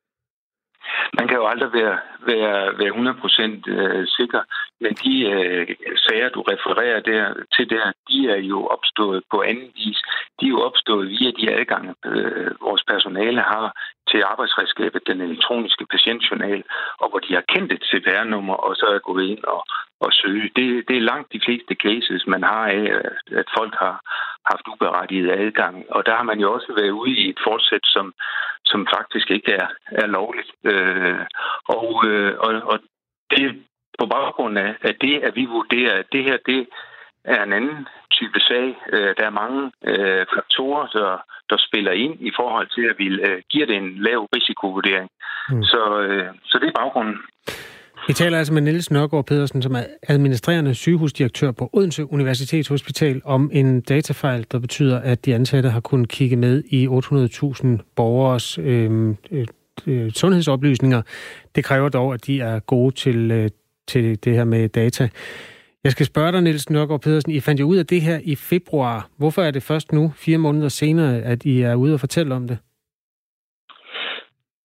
Man kan jo aldrig være, være, være hundrede procent øh, sikker, men de øh, sager, du refererer der, til der, de er jo opstået på anden vis. De er jo opstået via de adgange, øh, vores personale har til arbejdsredskabet, den elektroniske patientjournal, og hvor de har kendt et C P R-nummer, og så er gået ind og, og søge. Det, det er langt de fleste cases, man har af, at folk har haft uberettiget adgang. Og der har man jo også været ude i et forsæt, som, som faktisk ikke er, er lovligt. Øh, og, øh, og, og det er på baggrund af, at det, at vi vurderer, at det her, det er en anden type sag. Øh, der er mange øh, faktorer, der, der spiller ind i forhold til, at vi øh, giver det en lav risikovurdering. Mm. Så, øh, så det er baggrunden. Vi taler altså med Niels Nørgaard Pedersen, som er administrerende sygehusdirektør på Odense Universitetshospital, om en datafejl, der betyder, at de ansatte har kunnet kigge med i otte hundrede tusind borgeres øh, øh, sundhedsoplysninger. Det kræver dog, at de er gode til, øh, til det her med data. Jeg skal spørge dig, Niels Nørgaard Pedersen. I fandt jo ud af det her i februar. Hvorfor er det først nu, fire måneder senere, at I er ude og fortælle om det?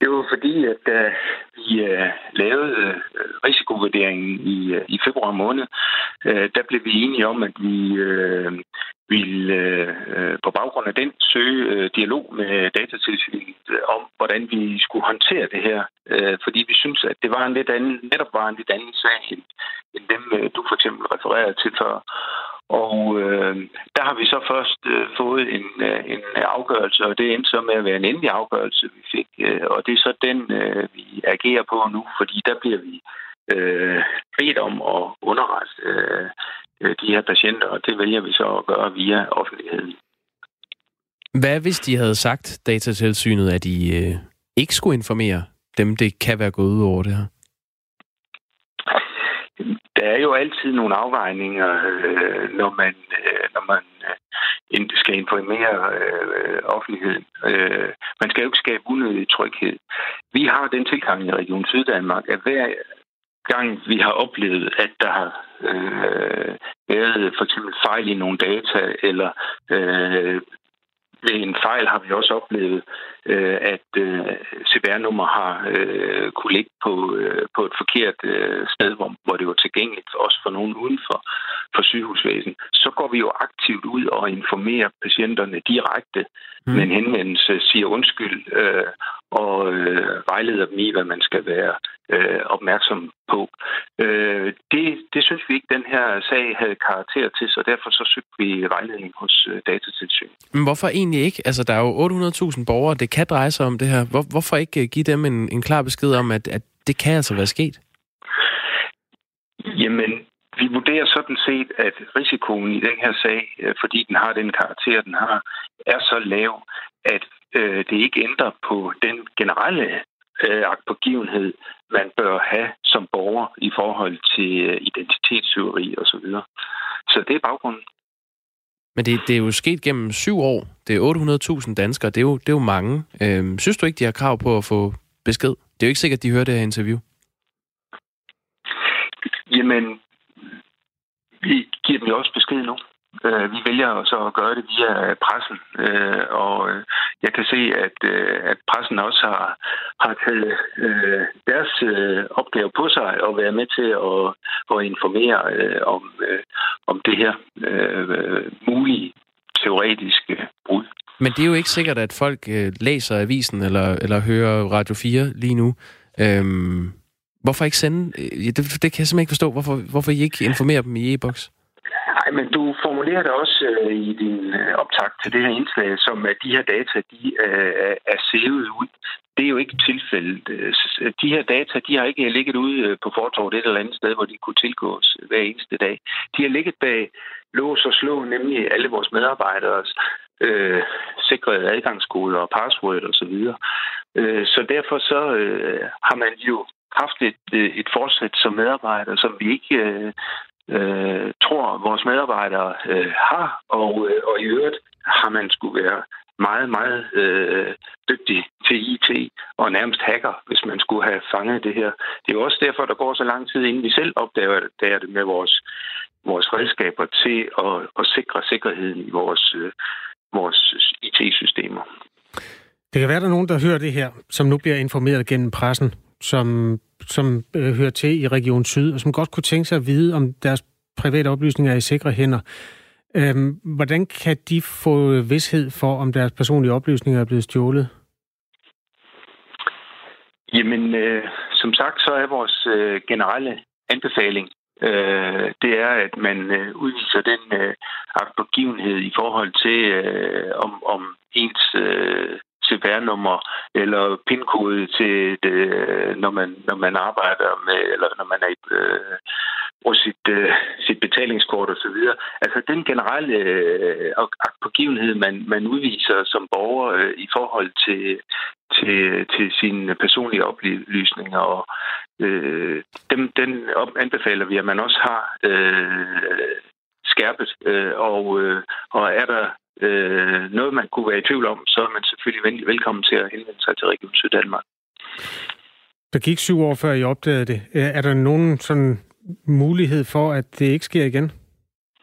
Det var fordi, at da vi uh, lavede uh, risikovurderingen i, uh, i februar måned, uh, der blev vi enige om, at vi uh, ville uh, på baggrund af den søge uh, dialog med Datatilsynet uh, om, hvordan vi skulle håndtere det her. Uh, fordi vi synes, at det var en lidt anden, netop var en lidt anden sag, end, end dem, uh, du for eksempel refererede til før. Og øh, der har vi så først øh, fået en, øh, en afgørelse, og det endte så med at være en endelig afgørelse, vi fik. Øh, og det er så den, øh, vi agerer på nu, fordi der bliver vi øh, bedt om at underrette øh, de her patienter, og det vælger vi så at gøre via offentligheden. Hvad hvis de havde sagt, Datatilsynet, at de øh, ikke skulle informere dem, det kan være gået ud over det her? Der er jo altid nogle afvejninger, øh, når man, øh, når man øh, skal informere øh, offentligheden. Øh, man skal jo ikke skabe unødig tryghed. Vi har den tilgang i Region Syddanmark, at hver gang vi har oplevet, at der har øh, været for eksempel fejl i nogle data, eller øh, ved en fejl har vi også oplevet, øh, at øh, C P R-nummer har øh, kunne ligge på, øh, på et forkert øh, sted, hvor, hvor det var tilgængeligt, også for nogen uden for, for sygehusvæsen. Så går vi jo aktivt ud og informerer patienterne direkte mm. med en henvendelse, siger undskyld øh, og øh, vejleder dem i, hvad man skal være øh, opmærksom på. Øh, det, det synes vi ikke, den her sag havde karakter til, så derfor så søgte vi vejledning hos øh, Datatilsynet. Men hvorfor egentlig ikke? Altså, der er jo otte hundrede tusind borgere, det kan dreje sig om det her. Hvor, hvorfor ikke give dem en, en klar besked om, at, at det kan altså være sket? Jamen, vi vurderer sådan set, at risikoen i den her sag, fordi den har den karakter, den har, er så lav, at øh, det ikke ændrer på den generelle øh, agtpågivenhed, man bør have som borger i forhold til øh, identitetstyveri osv. Så, så det er baggrunden. Men det, det er jo sket gennem syv år. Det er otte hundrede tusind danskere. Det er jo, det er jo mange. Øhm, synes du ikke, de har krav på at få besked? Det er jo ikke sikkert, at de hører det her interview. Jamen, vi giver dem jo også besked nu. Vi vælger så at gøre det via pressen, og jeg kan se, at, at pressen også har, har taget deres opgave på sig og være med til at, at informere om, om det her mulige teoretiske brud. Men det er jo ikke sikkert, at folk læser avisen eller, eller hører Radio fire lige nu. Øhm, hvorfor ikke sende? Det, det kan jeg simpelthen ikke forstå. Hvorfor, hvorfor I ikke informerer dem i e-boks? Nej, men du formulerer det også øh, i din øh, optakt til det her indslag, som at de her data, de øh, er savet ud. Det er jo ikke tilfældet. De her data, de har ikke ligget ude på fortovet et eller andet sted, hvor de kunne tilgås hver eneste dag. De har ligget bag lås og slå, nemlig alle vores medarbejderes øh, sikrede adgangskoder og password og så videre. Øh, så derfor så øh, har man jo haft et, et forsæt som medarbejder, som vi ikke øh, øh, tror, vores medarbejdere øh, har, og, øh, og i øvrigt har man skulle være meget, meget øh, dygtig til I T og nærmest hacker, hvis man skulle have fanget det her. Det er jo også derfor, der går så lang tid, inden vi selv opdager det med vores, vores redskaber til at, at sikre sikkerheden i vores, øh, vores I T-systemer. Det kan være, der er nogen, der hører det her, som nu bliver informeret gennem pressen, som, som øh, hører til i Region Syd, og som godt kunne tænke sig at vide, om deres private oplysninger er i sikre hænder. Øhm, hvordan kan de få vished for, om deres personlige oplysninger er blevet stjålet? Jamen, øh, som sagt, så er vores øh, generelle anbefaling, øh, det er, at man øh, udviser den øh, agtpågivenhed i forhold til, øh, om, om ens øh, C P R-nummer eller pin-kode til det, når man når man arbejder med, eller når man er i øh, bruger sit, øh, sit betalingskort og så videre. Altså den generelle øh, agtpågivenhed, man man udviser som borger øh, i forhold til til til sine personlige oplysninger, og øh, dem den anbefaler vi, at man også har øh, skærpet, øh, og øh, og er der Øh, noget, man kunne være i tvivl om, så er man selvfølgelig velkommen til at henvende sig til Region Syddanmark. Der gik syv år før I opdagede det. Er der nogen sådan mulighed for, at det ikke sker igen?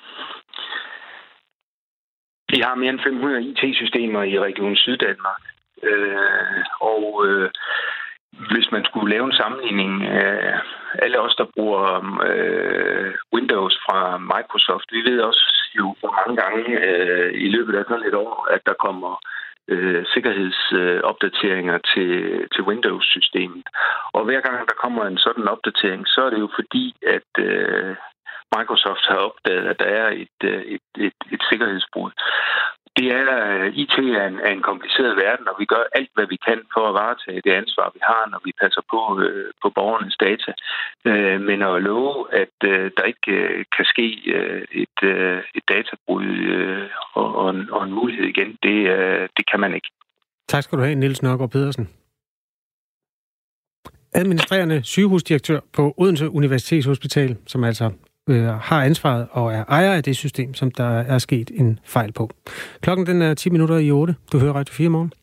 Vi har mere end fem hundrede I T-systemer i Region Syddanmark. Øh, og øh, hvis man skulle lave en sammenligning af alle os, der bruger øh, Windows fra Microsoft, vi ved også jo for mange gange øh, i løbet af sådan et år, at der kommer øh, sikkerhedsopdateringer øh, til, til Windows-systemet. Og hver gang der kommer en sådan opdatering, så er det jo fordi, at øh, Microsoft har opdaget, at der er et, et, et, et sikkerhedsbrud. Det er, I T er en, er en kompliceret verden, og vi gør alt, hvad vi kan for at varetage det ansvar, vi har, når vi passer på, øh, på borgernes data. Øh, men at love, at øh, der ikke øh, kan ske øh, et, øh, et databrud øh, og, og, en, og en mulighed igen, det, øh, det kan man ikke. Tak skal du have, Niels Nørgaard Pedersen. Administrerende sygehusdirektør på Odense Universitetshospital, som altså har ansvaret og er ejer af det system, som der er sket en fejl på. Klokken den er ti minutter i otte. Du hører Radio fire morgen.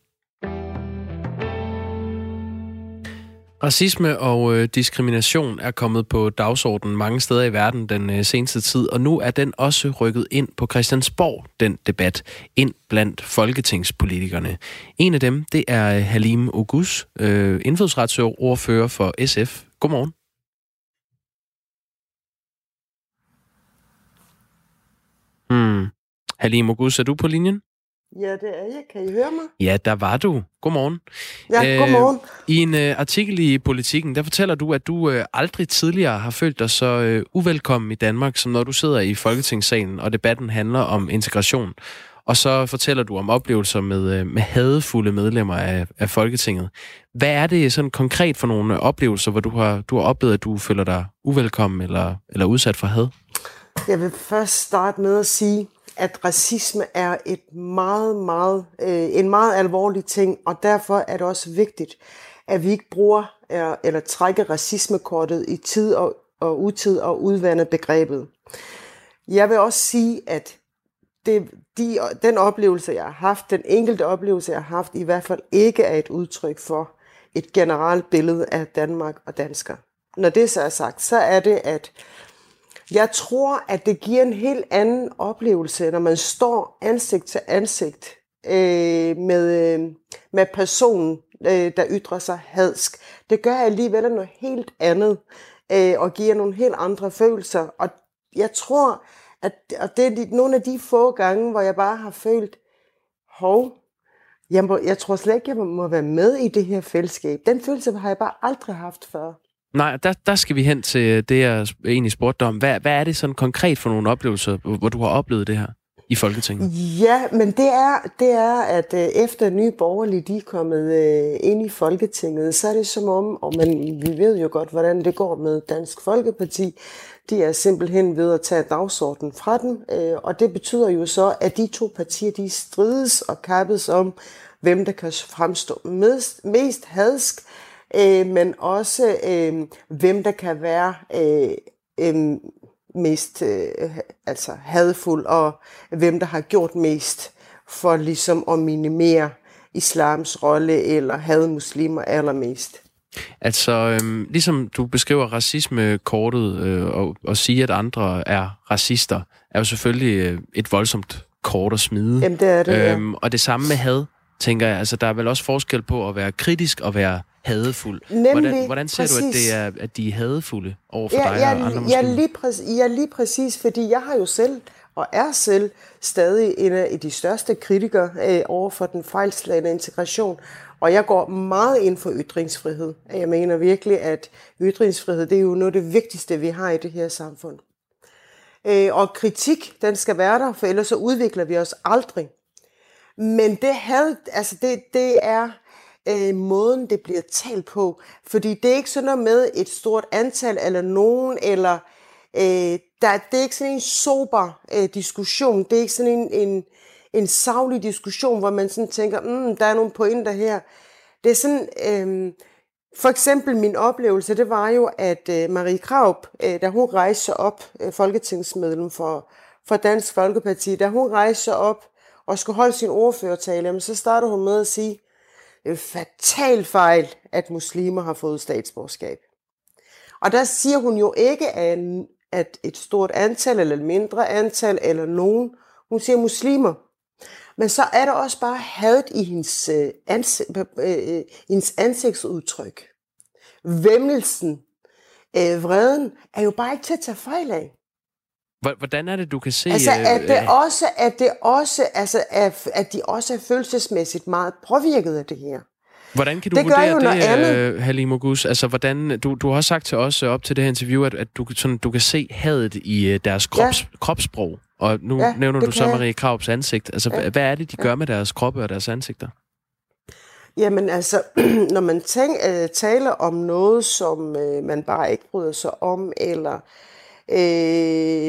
Racisme og øh, diskrimination er kommet på dagsordenen mange steder i verden den øh, seneste tid, og nu er den også rykket ind på Christiansborg, den debat, ind blandt folketingspolitikerne. En af dem, det er Halime Oguz, øh, indfødsretsordfører for S F. Godmorgen. Hmm. Halime Oguz, er du på linjen? Ja, det er jeg. Kan I høre mig? Ja, der var du. Godmorgen. Ja, godmorgen. Øh, I en øh, artikel i Politiken, der fortæller du, at du øh, aldrig tidligere har følt dig så øh, uvelkommen i Danmark, som når du sidder i Folketingssalen, og debatten handler om integration. Og så fortæller du om oplevelser med, øh, med hadefulde medlemmer af, af Folketinget. Hvad er det sådan konkret for nogle oplevelser, hvor du har, du har oplevet, at du føler dig uvelkommen eller, eller udsat for had? Jeg vil først starte med at sige, at racisme er et meget, meget, øh, en meget alvorlig ting, og derfor er det også vigtigt, at vi ikke bruger er, eller trækker racismekortet i tid og, og utid og udvande begrebet. Jeg vil også sige, at det, de, den oplevelse, jeg har haft, den enkelte oplevelse, jeg har haft, i hvert fald ikke er et udtryk for et generelt billede af Danmark og danskere. Når det så er sagt, så er det, at jeg tror, at det giver en helt anden oplevelse, når man står ansigt til ansigt øh, med, øh, med personen, øh, der ytrer sig hadsk. Det gør alligevel noget helt andet øh, og giver nogle helt andre følelser. Og jeg tror, at og det er nogle af de få gange, hvor jeg bare har følt, hov, jeg, må, jeg tror slet ikke, jeg må være med i det her fællesskab. Den følelse har jeg bare aldrig haft før. Nej, der, der skal vi hen til det, jeg egentlig spurgte om. Hvad, hvad er det sådan konkret for nogle oplevelser, hvor du har oplevet det her i Folketinget? Ja, men det er, det er at øh, efter Nye Borgerlige de er kommet øh, ind i Folketinget, så er det som om, og man, vi ved jo godt, hvordan det går med Dansk Folkeparti, de er simpelthen ved at tage dagsordenen fra dem, øh, og det betyder jo så, at de to partier, de strides og kappes om, hvem der kan fremstå mest, mest hadsk, Øh, men også øh, hvem der kan være øh, øh, mest øh, altså hadfuld, og hvem der har gjort mest for ligesom at minimere islams rolle eller hade muslimer allermest. Altså, øh, ligesom du beskriver racismekortet øh, og, og sige, at andre er racister, er jo selvfølgelig øh, et voldsomt kort at smide. Jamen, det er det, ja. øhm, Og det samme med had, tænker jeg. Altså, der er vel også forskel på at være kritisk og være hadefuld. Nemlig, hvordan, hvordan ser præcis. du, at, det er, at de er hadefulde over for ja, dig ja, og andre ja, muslimer? lige præcis, ja, lige præcis, fordi jeg har jo selv, og er selv, stadig en af de største kritikere øh, over for den fejlslagne integration. Og jeg går meget ind for ytringsfrihed. Jeg mener virkelig, at ytringsfrihed, det er jo noget af det vigtigste, vi har i det her samfund. Øh, og kritik, den skal være der, for ellers så udvikler vi os aldrig. Men det had, altså det, det er øh, måden, det bliver talt på. Fordi det er ikke sådan noget med et stort antal eller nogen, eller øh, der, det er ikke sådan en sober øh, diskussion. Det er ikke sådan en, en, en saglig diskussion, hvor man sådan tænker, mm, der er nogle pointer her. Det er sådan, øh, for eksempel min oplevelse, det var jo, at øh, Marie Krarup, øh, da hun rejste op, øh, folketingsmedlem for, for Dansk Folkeparti, da hun rejste op og skulle holde sin ordførertale, jamen, så startede hun med at sige, det er fatal fejl, at muslimer har fået statsborgerskab. Og der siger hun jo ikke, at et stort antal, eller et mindre antal, eller nogen. Hun siger muslimer. Men så er der også bare hadet i hendes, øh, ansigt, øh, hendes ansigtsudtryk. Væmmelsen, øh, vreden, er jo bare ikke til at tage fejl af. Hvordan er det, du kan se... Altså, at det også, at det også, altså, at de også er følelsesmæssigt meget påvirket af det her. Hvordan kan du det vurdere det, Halime Oguz? Altså, hvordan, du, du har også sagt til os op til det her interview, at, at du, sådan, du kan se hadet i deres krops, ja. kropssprog. Og nu ja, nævner du så Marie Krarups ansigt. Altså, ja. hvad er det, de gør med deres kroppe og deres ansigter? Jamen altså, når man tænk, øh, taler om noget, som øh, man bare ikke bryder sig om, eller... Øh,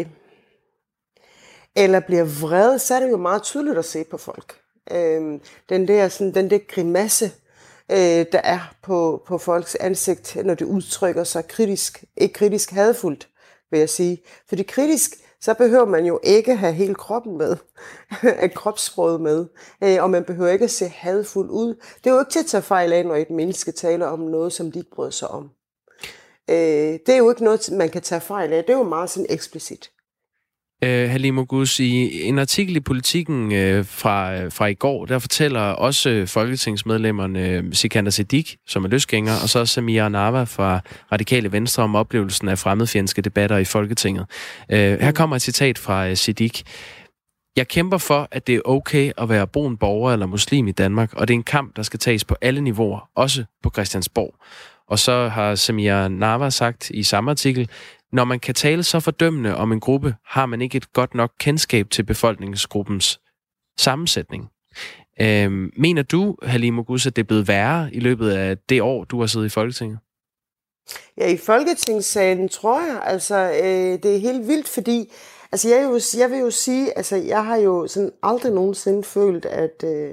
eller bliver vred, så er det jo meget tydeligt at se på folk. Øh, den der, sådan, den der grimasse, øh, der er på, på folks ansigt, når det udtrykker sig kritisk, ikke kritisk hadfuldt, vil jeg sige. Fordi kritisk, så behøver man jo ikke have hele kroppen med, af kropssproget med, øh, og man behøver ikke at se hadfuld ud. Det er jo ikke til at tage fejl af, når et menneske taler om noget, som de ikke bryder sig om. Øh, det er jo ikke noget, man kan tage fejl af. Det er jo meget sådan eksplicit. Uh, Halime Oguz, i en artikel i Politiken uh, fra, fra i går, der fortæller også folketingsmedlemmerne uh, Sikander Siddique, som er løsgænger, og så Samira Nawa fra Radikale Venstre om oplevelsen af fremmedfjendske debatter i Folketinget. Uh, her kommer et citat fra uh, Siddique. Jeg kæmper for, at det er okay at være brun borger eller muslim i Danmark, og det er en kamp, der skal tages på alle niveauer, også på Christiansborg. Og så har Samira Nawa sagt i samme artikel, når man kan tale så fordømmende om en gruppe, har man ikke et godt nok kendskab til befolkningsgruppens sammensætning. Øhm, mener du, Halime Oguz, at det er blevet værre i løbet af det år, du har siddet i Folketinget? Ja, i Folketingssalen tror jeg, altså øh, det er helt vildt, fordi altså, jeg, jo, jeg vil jo sige, altså jeg har jo sådan aldrig nogensinde følt, at øh,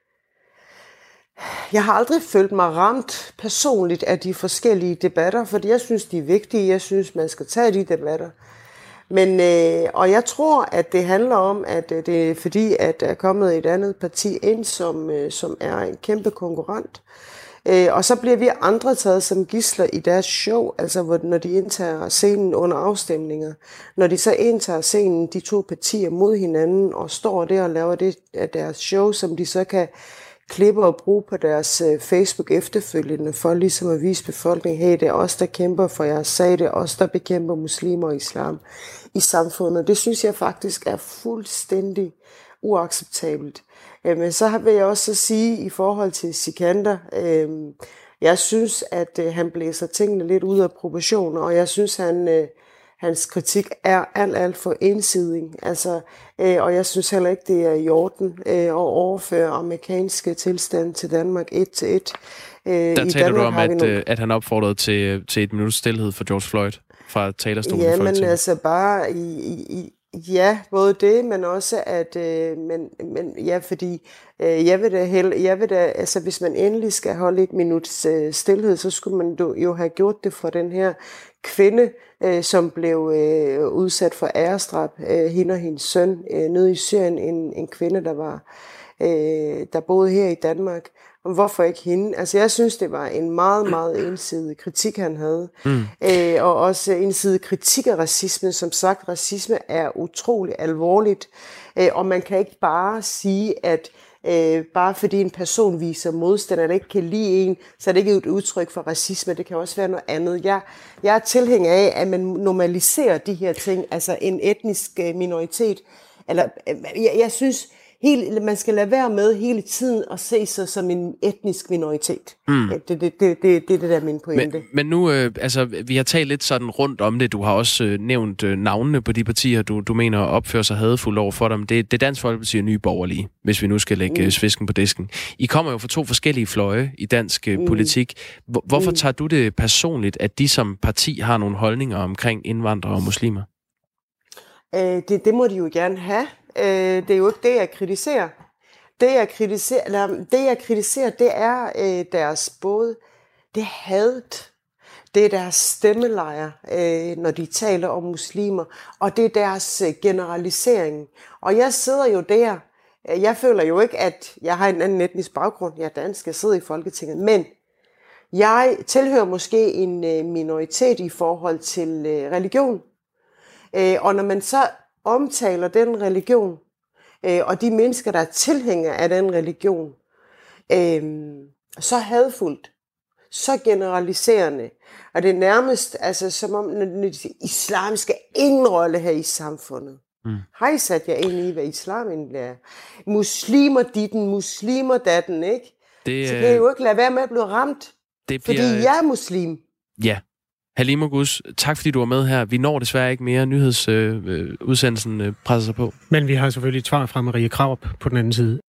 jeg har aldrig følt mig ramt personligt af de forskellige debatter, fordi jeg synes, de er vigtige. Jeg synes, man skal tage de debatter. Men, øh, og jeg tror, at det handler om, at øh, det er fordi, at der er kommet et andet parti ind, som, øh, som er en kæmpe konkurrent. Øh, og så bliver vi andre taget som gidsler i deres show, altså hvor, når de indtager scenen under afstemninger. Når de så indtager scenen, de to partier mod hinanden, og står der og laver det af deres show, som de så kan klipper og bruge på deres øh, Facebook efterfølgende, for ligesom at vise befolkningen, hey, det er os, der kæmper for jeres sag, det er os, der bekæmper muslimer og islam i samfundet. Det synes jeg faktisk er fuldstændig uacceptabelt. Øh, men så vil jeg også sige i forhold til Sikander, øh, jeg synes, at øh, han blæser tingene lidt ud af proportioner, og jeg synes, han... Øh, Hans kritik er alt, alt for ensidig, altså, øh, og jeg synes heller ikke, det er i orden øh, at overføre amerikanske tilstande til Danmark et til et. Øh, Der taler Danmark du om, at, nogle... at han opfordrede til, til et minuts stilhed for George Floyd fra talerstolen. Ja, men altså bare i, i, ja, både det, men også at, øh, men, men ja, fordi øh, jeg vil da hellere, jeg vil da, altså hvis man endelig skal holde et minuts øh, stilhed, så skulle man jo have gjort det for den her kvinde, øh, som blev øh, udsat for æresdrab, øh, hende og hendes søn, øh, nede i Syrien, en, en kvinde, der var, øh, der boede her i Danmark. Hvorfor ikke hende? Altså jeg synes, det var en meget, meget ensidig kritik, han havde. Mm. Øh, og også ensidig kritik af racisme. Som sagt, racisme er utrolig alvorligt. Øh, og man kan ikke bare sige, at øh, bare fordi en person viser modstand, eller ikke kan lide en, så er det ikke et udtryk for racisme. Det kan også være noget andet. Jeg, jeg er tilhænger af, at man normaliserer de her ting. Altså en etnisk minoritet. Eller, jeg, jeg synes... Helt, man skal lade være med hele tiden at se sig som en etnisk minoritet. Mm. Det, det, det, det, det, det er det, der er min pointe. Men, men nu, øh, altså, vi har talt lidt sådan rundt om det. Du har også øh, nævnt øh, navnene på de partier, du, du mener opfører sig hadefuldt over for dem. Det, det er Dansk Folkeparti og Nye Borgerlige, hvis vi nu skal lægge mm. øh, svisken på disken. I kommer jo fra to forskellige fløje i dansk øh, mm. politik. Hvor, hvorfor mm. tager du det personligt, at de som parti har nogle holdninger omkring indvandrere og muslimer? Øh, det, det må de jo gerne have. Det er jo ikke det, jeg kritiserer. Det, jeg kritiserer, eller, det, jeg kritiserer, det er øh, deres både, det hadet, det er deres stemmelejre, øh, når de taler om muslimer, og det er deres øh, generalisering. Og jeg sidder jo der, jeg føler jo ikke, at jeg har en anden etnisk baggrund, jeg er dansk, jeg sidder i Folketinget, men jeg tilhører måske en øh, minoritet i forhold til øh, religion. Øh, og når man så omtaler den religion, øh, og de mennesker, der er tilhængere af den religion, øh, så hadfuldt, så generaliserende, og det er nærmest altså, som om, når de siger, islam skal ingen rolle her i samfundet. Mm. Har I sat jer ind i, hvad islam egentlig er? Muslimer ditten, muslimer datten, ikke? Det, så kan I jo ikke lade være med at blive ramt, det bliver... fordi jeg er muslim. Ja. Halime Oguz, tak fordi du var med her. Vi når desværre ikke mere. Nyhedsudsendelsen øh, øh, presser sig på. Men vi har selvfølgelig et svar fra Marie Krarup på den anden side.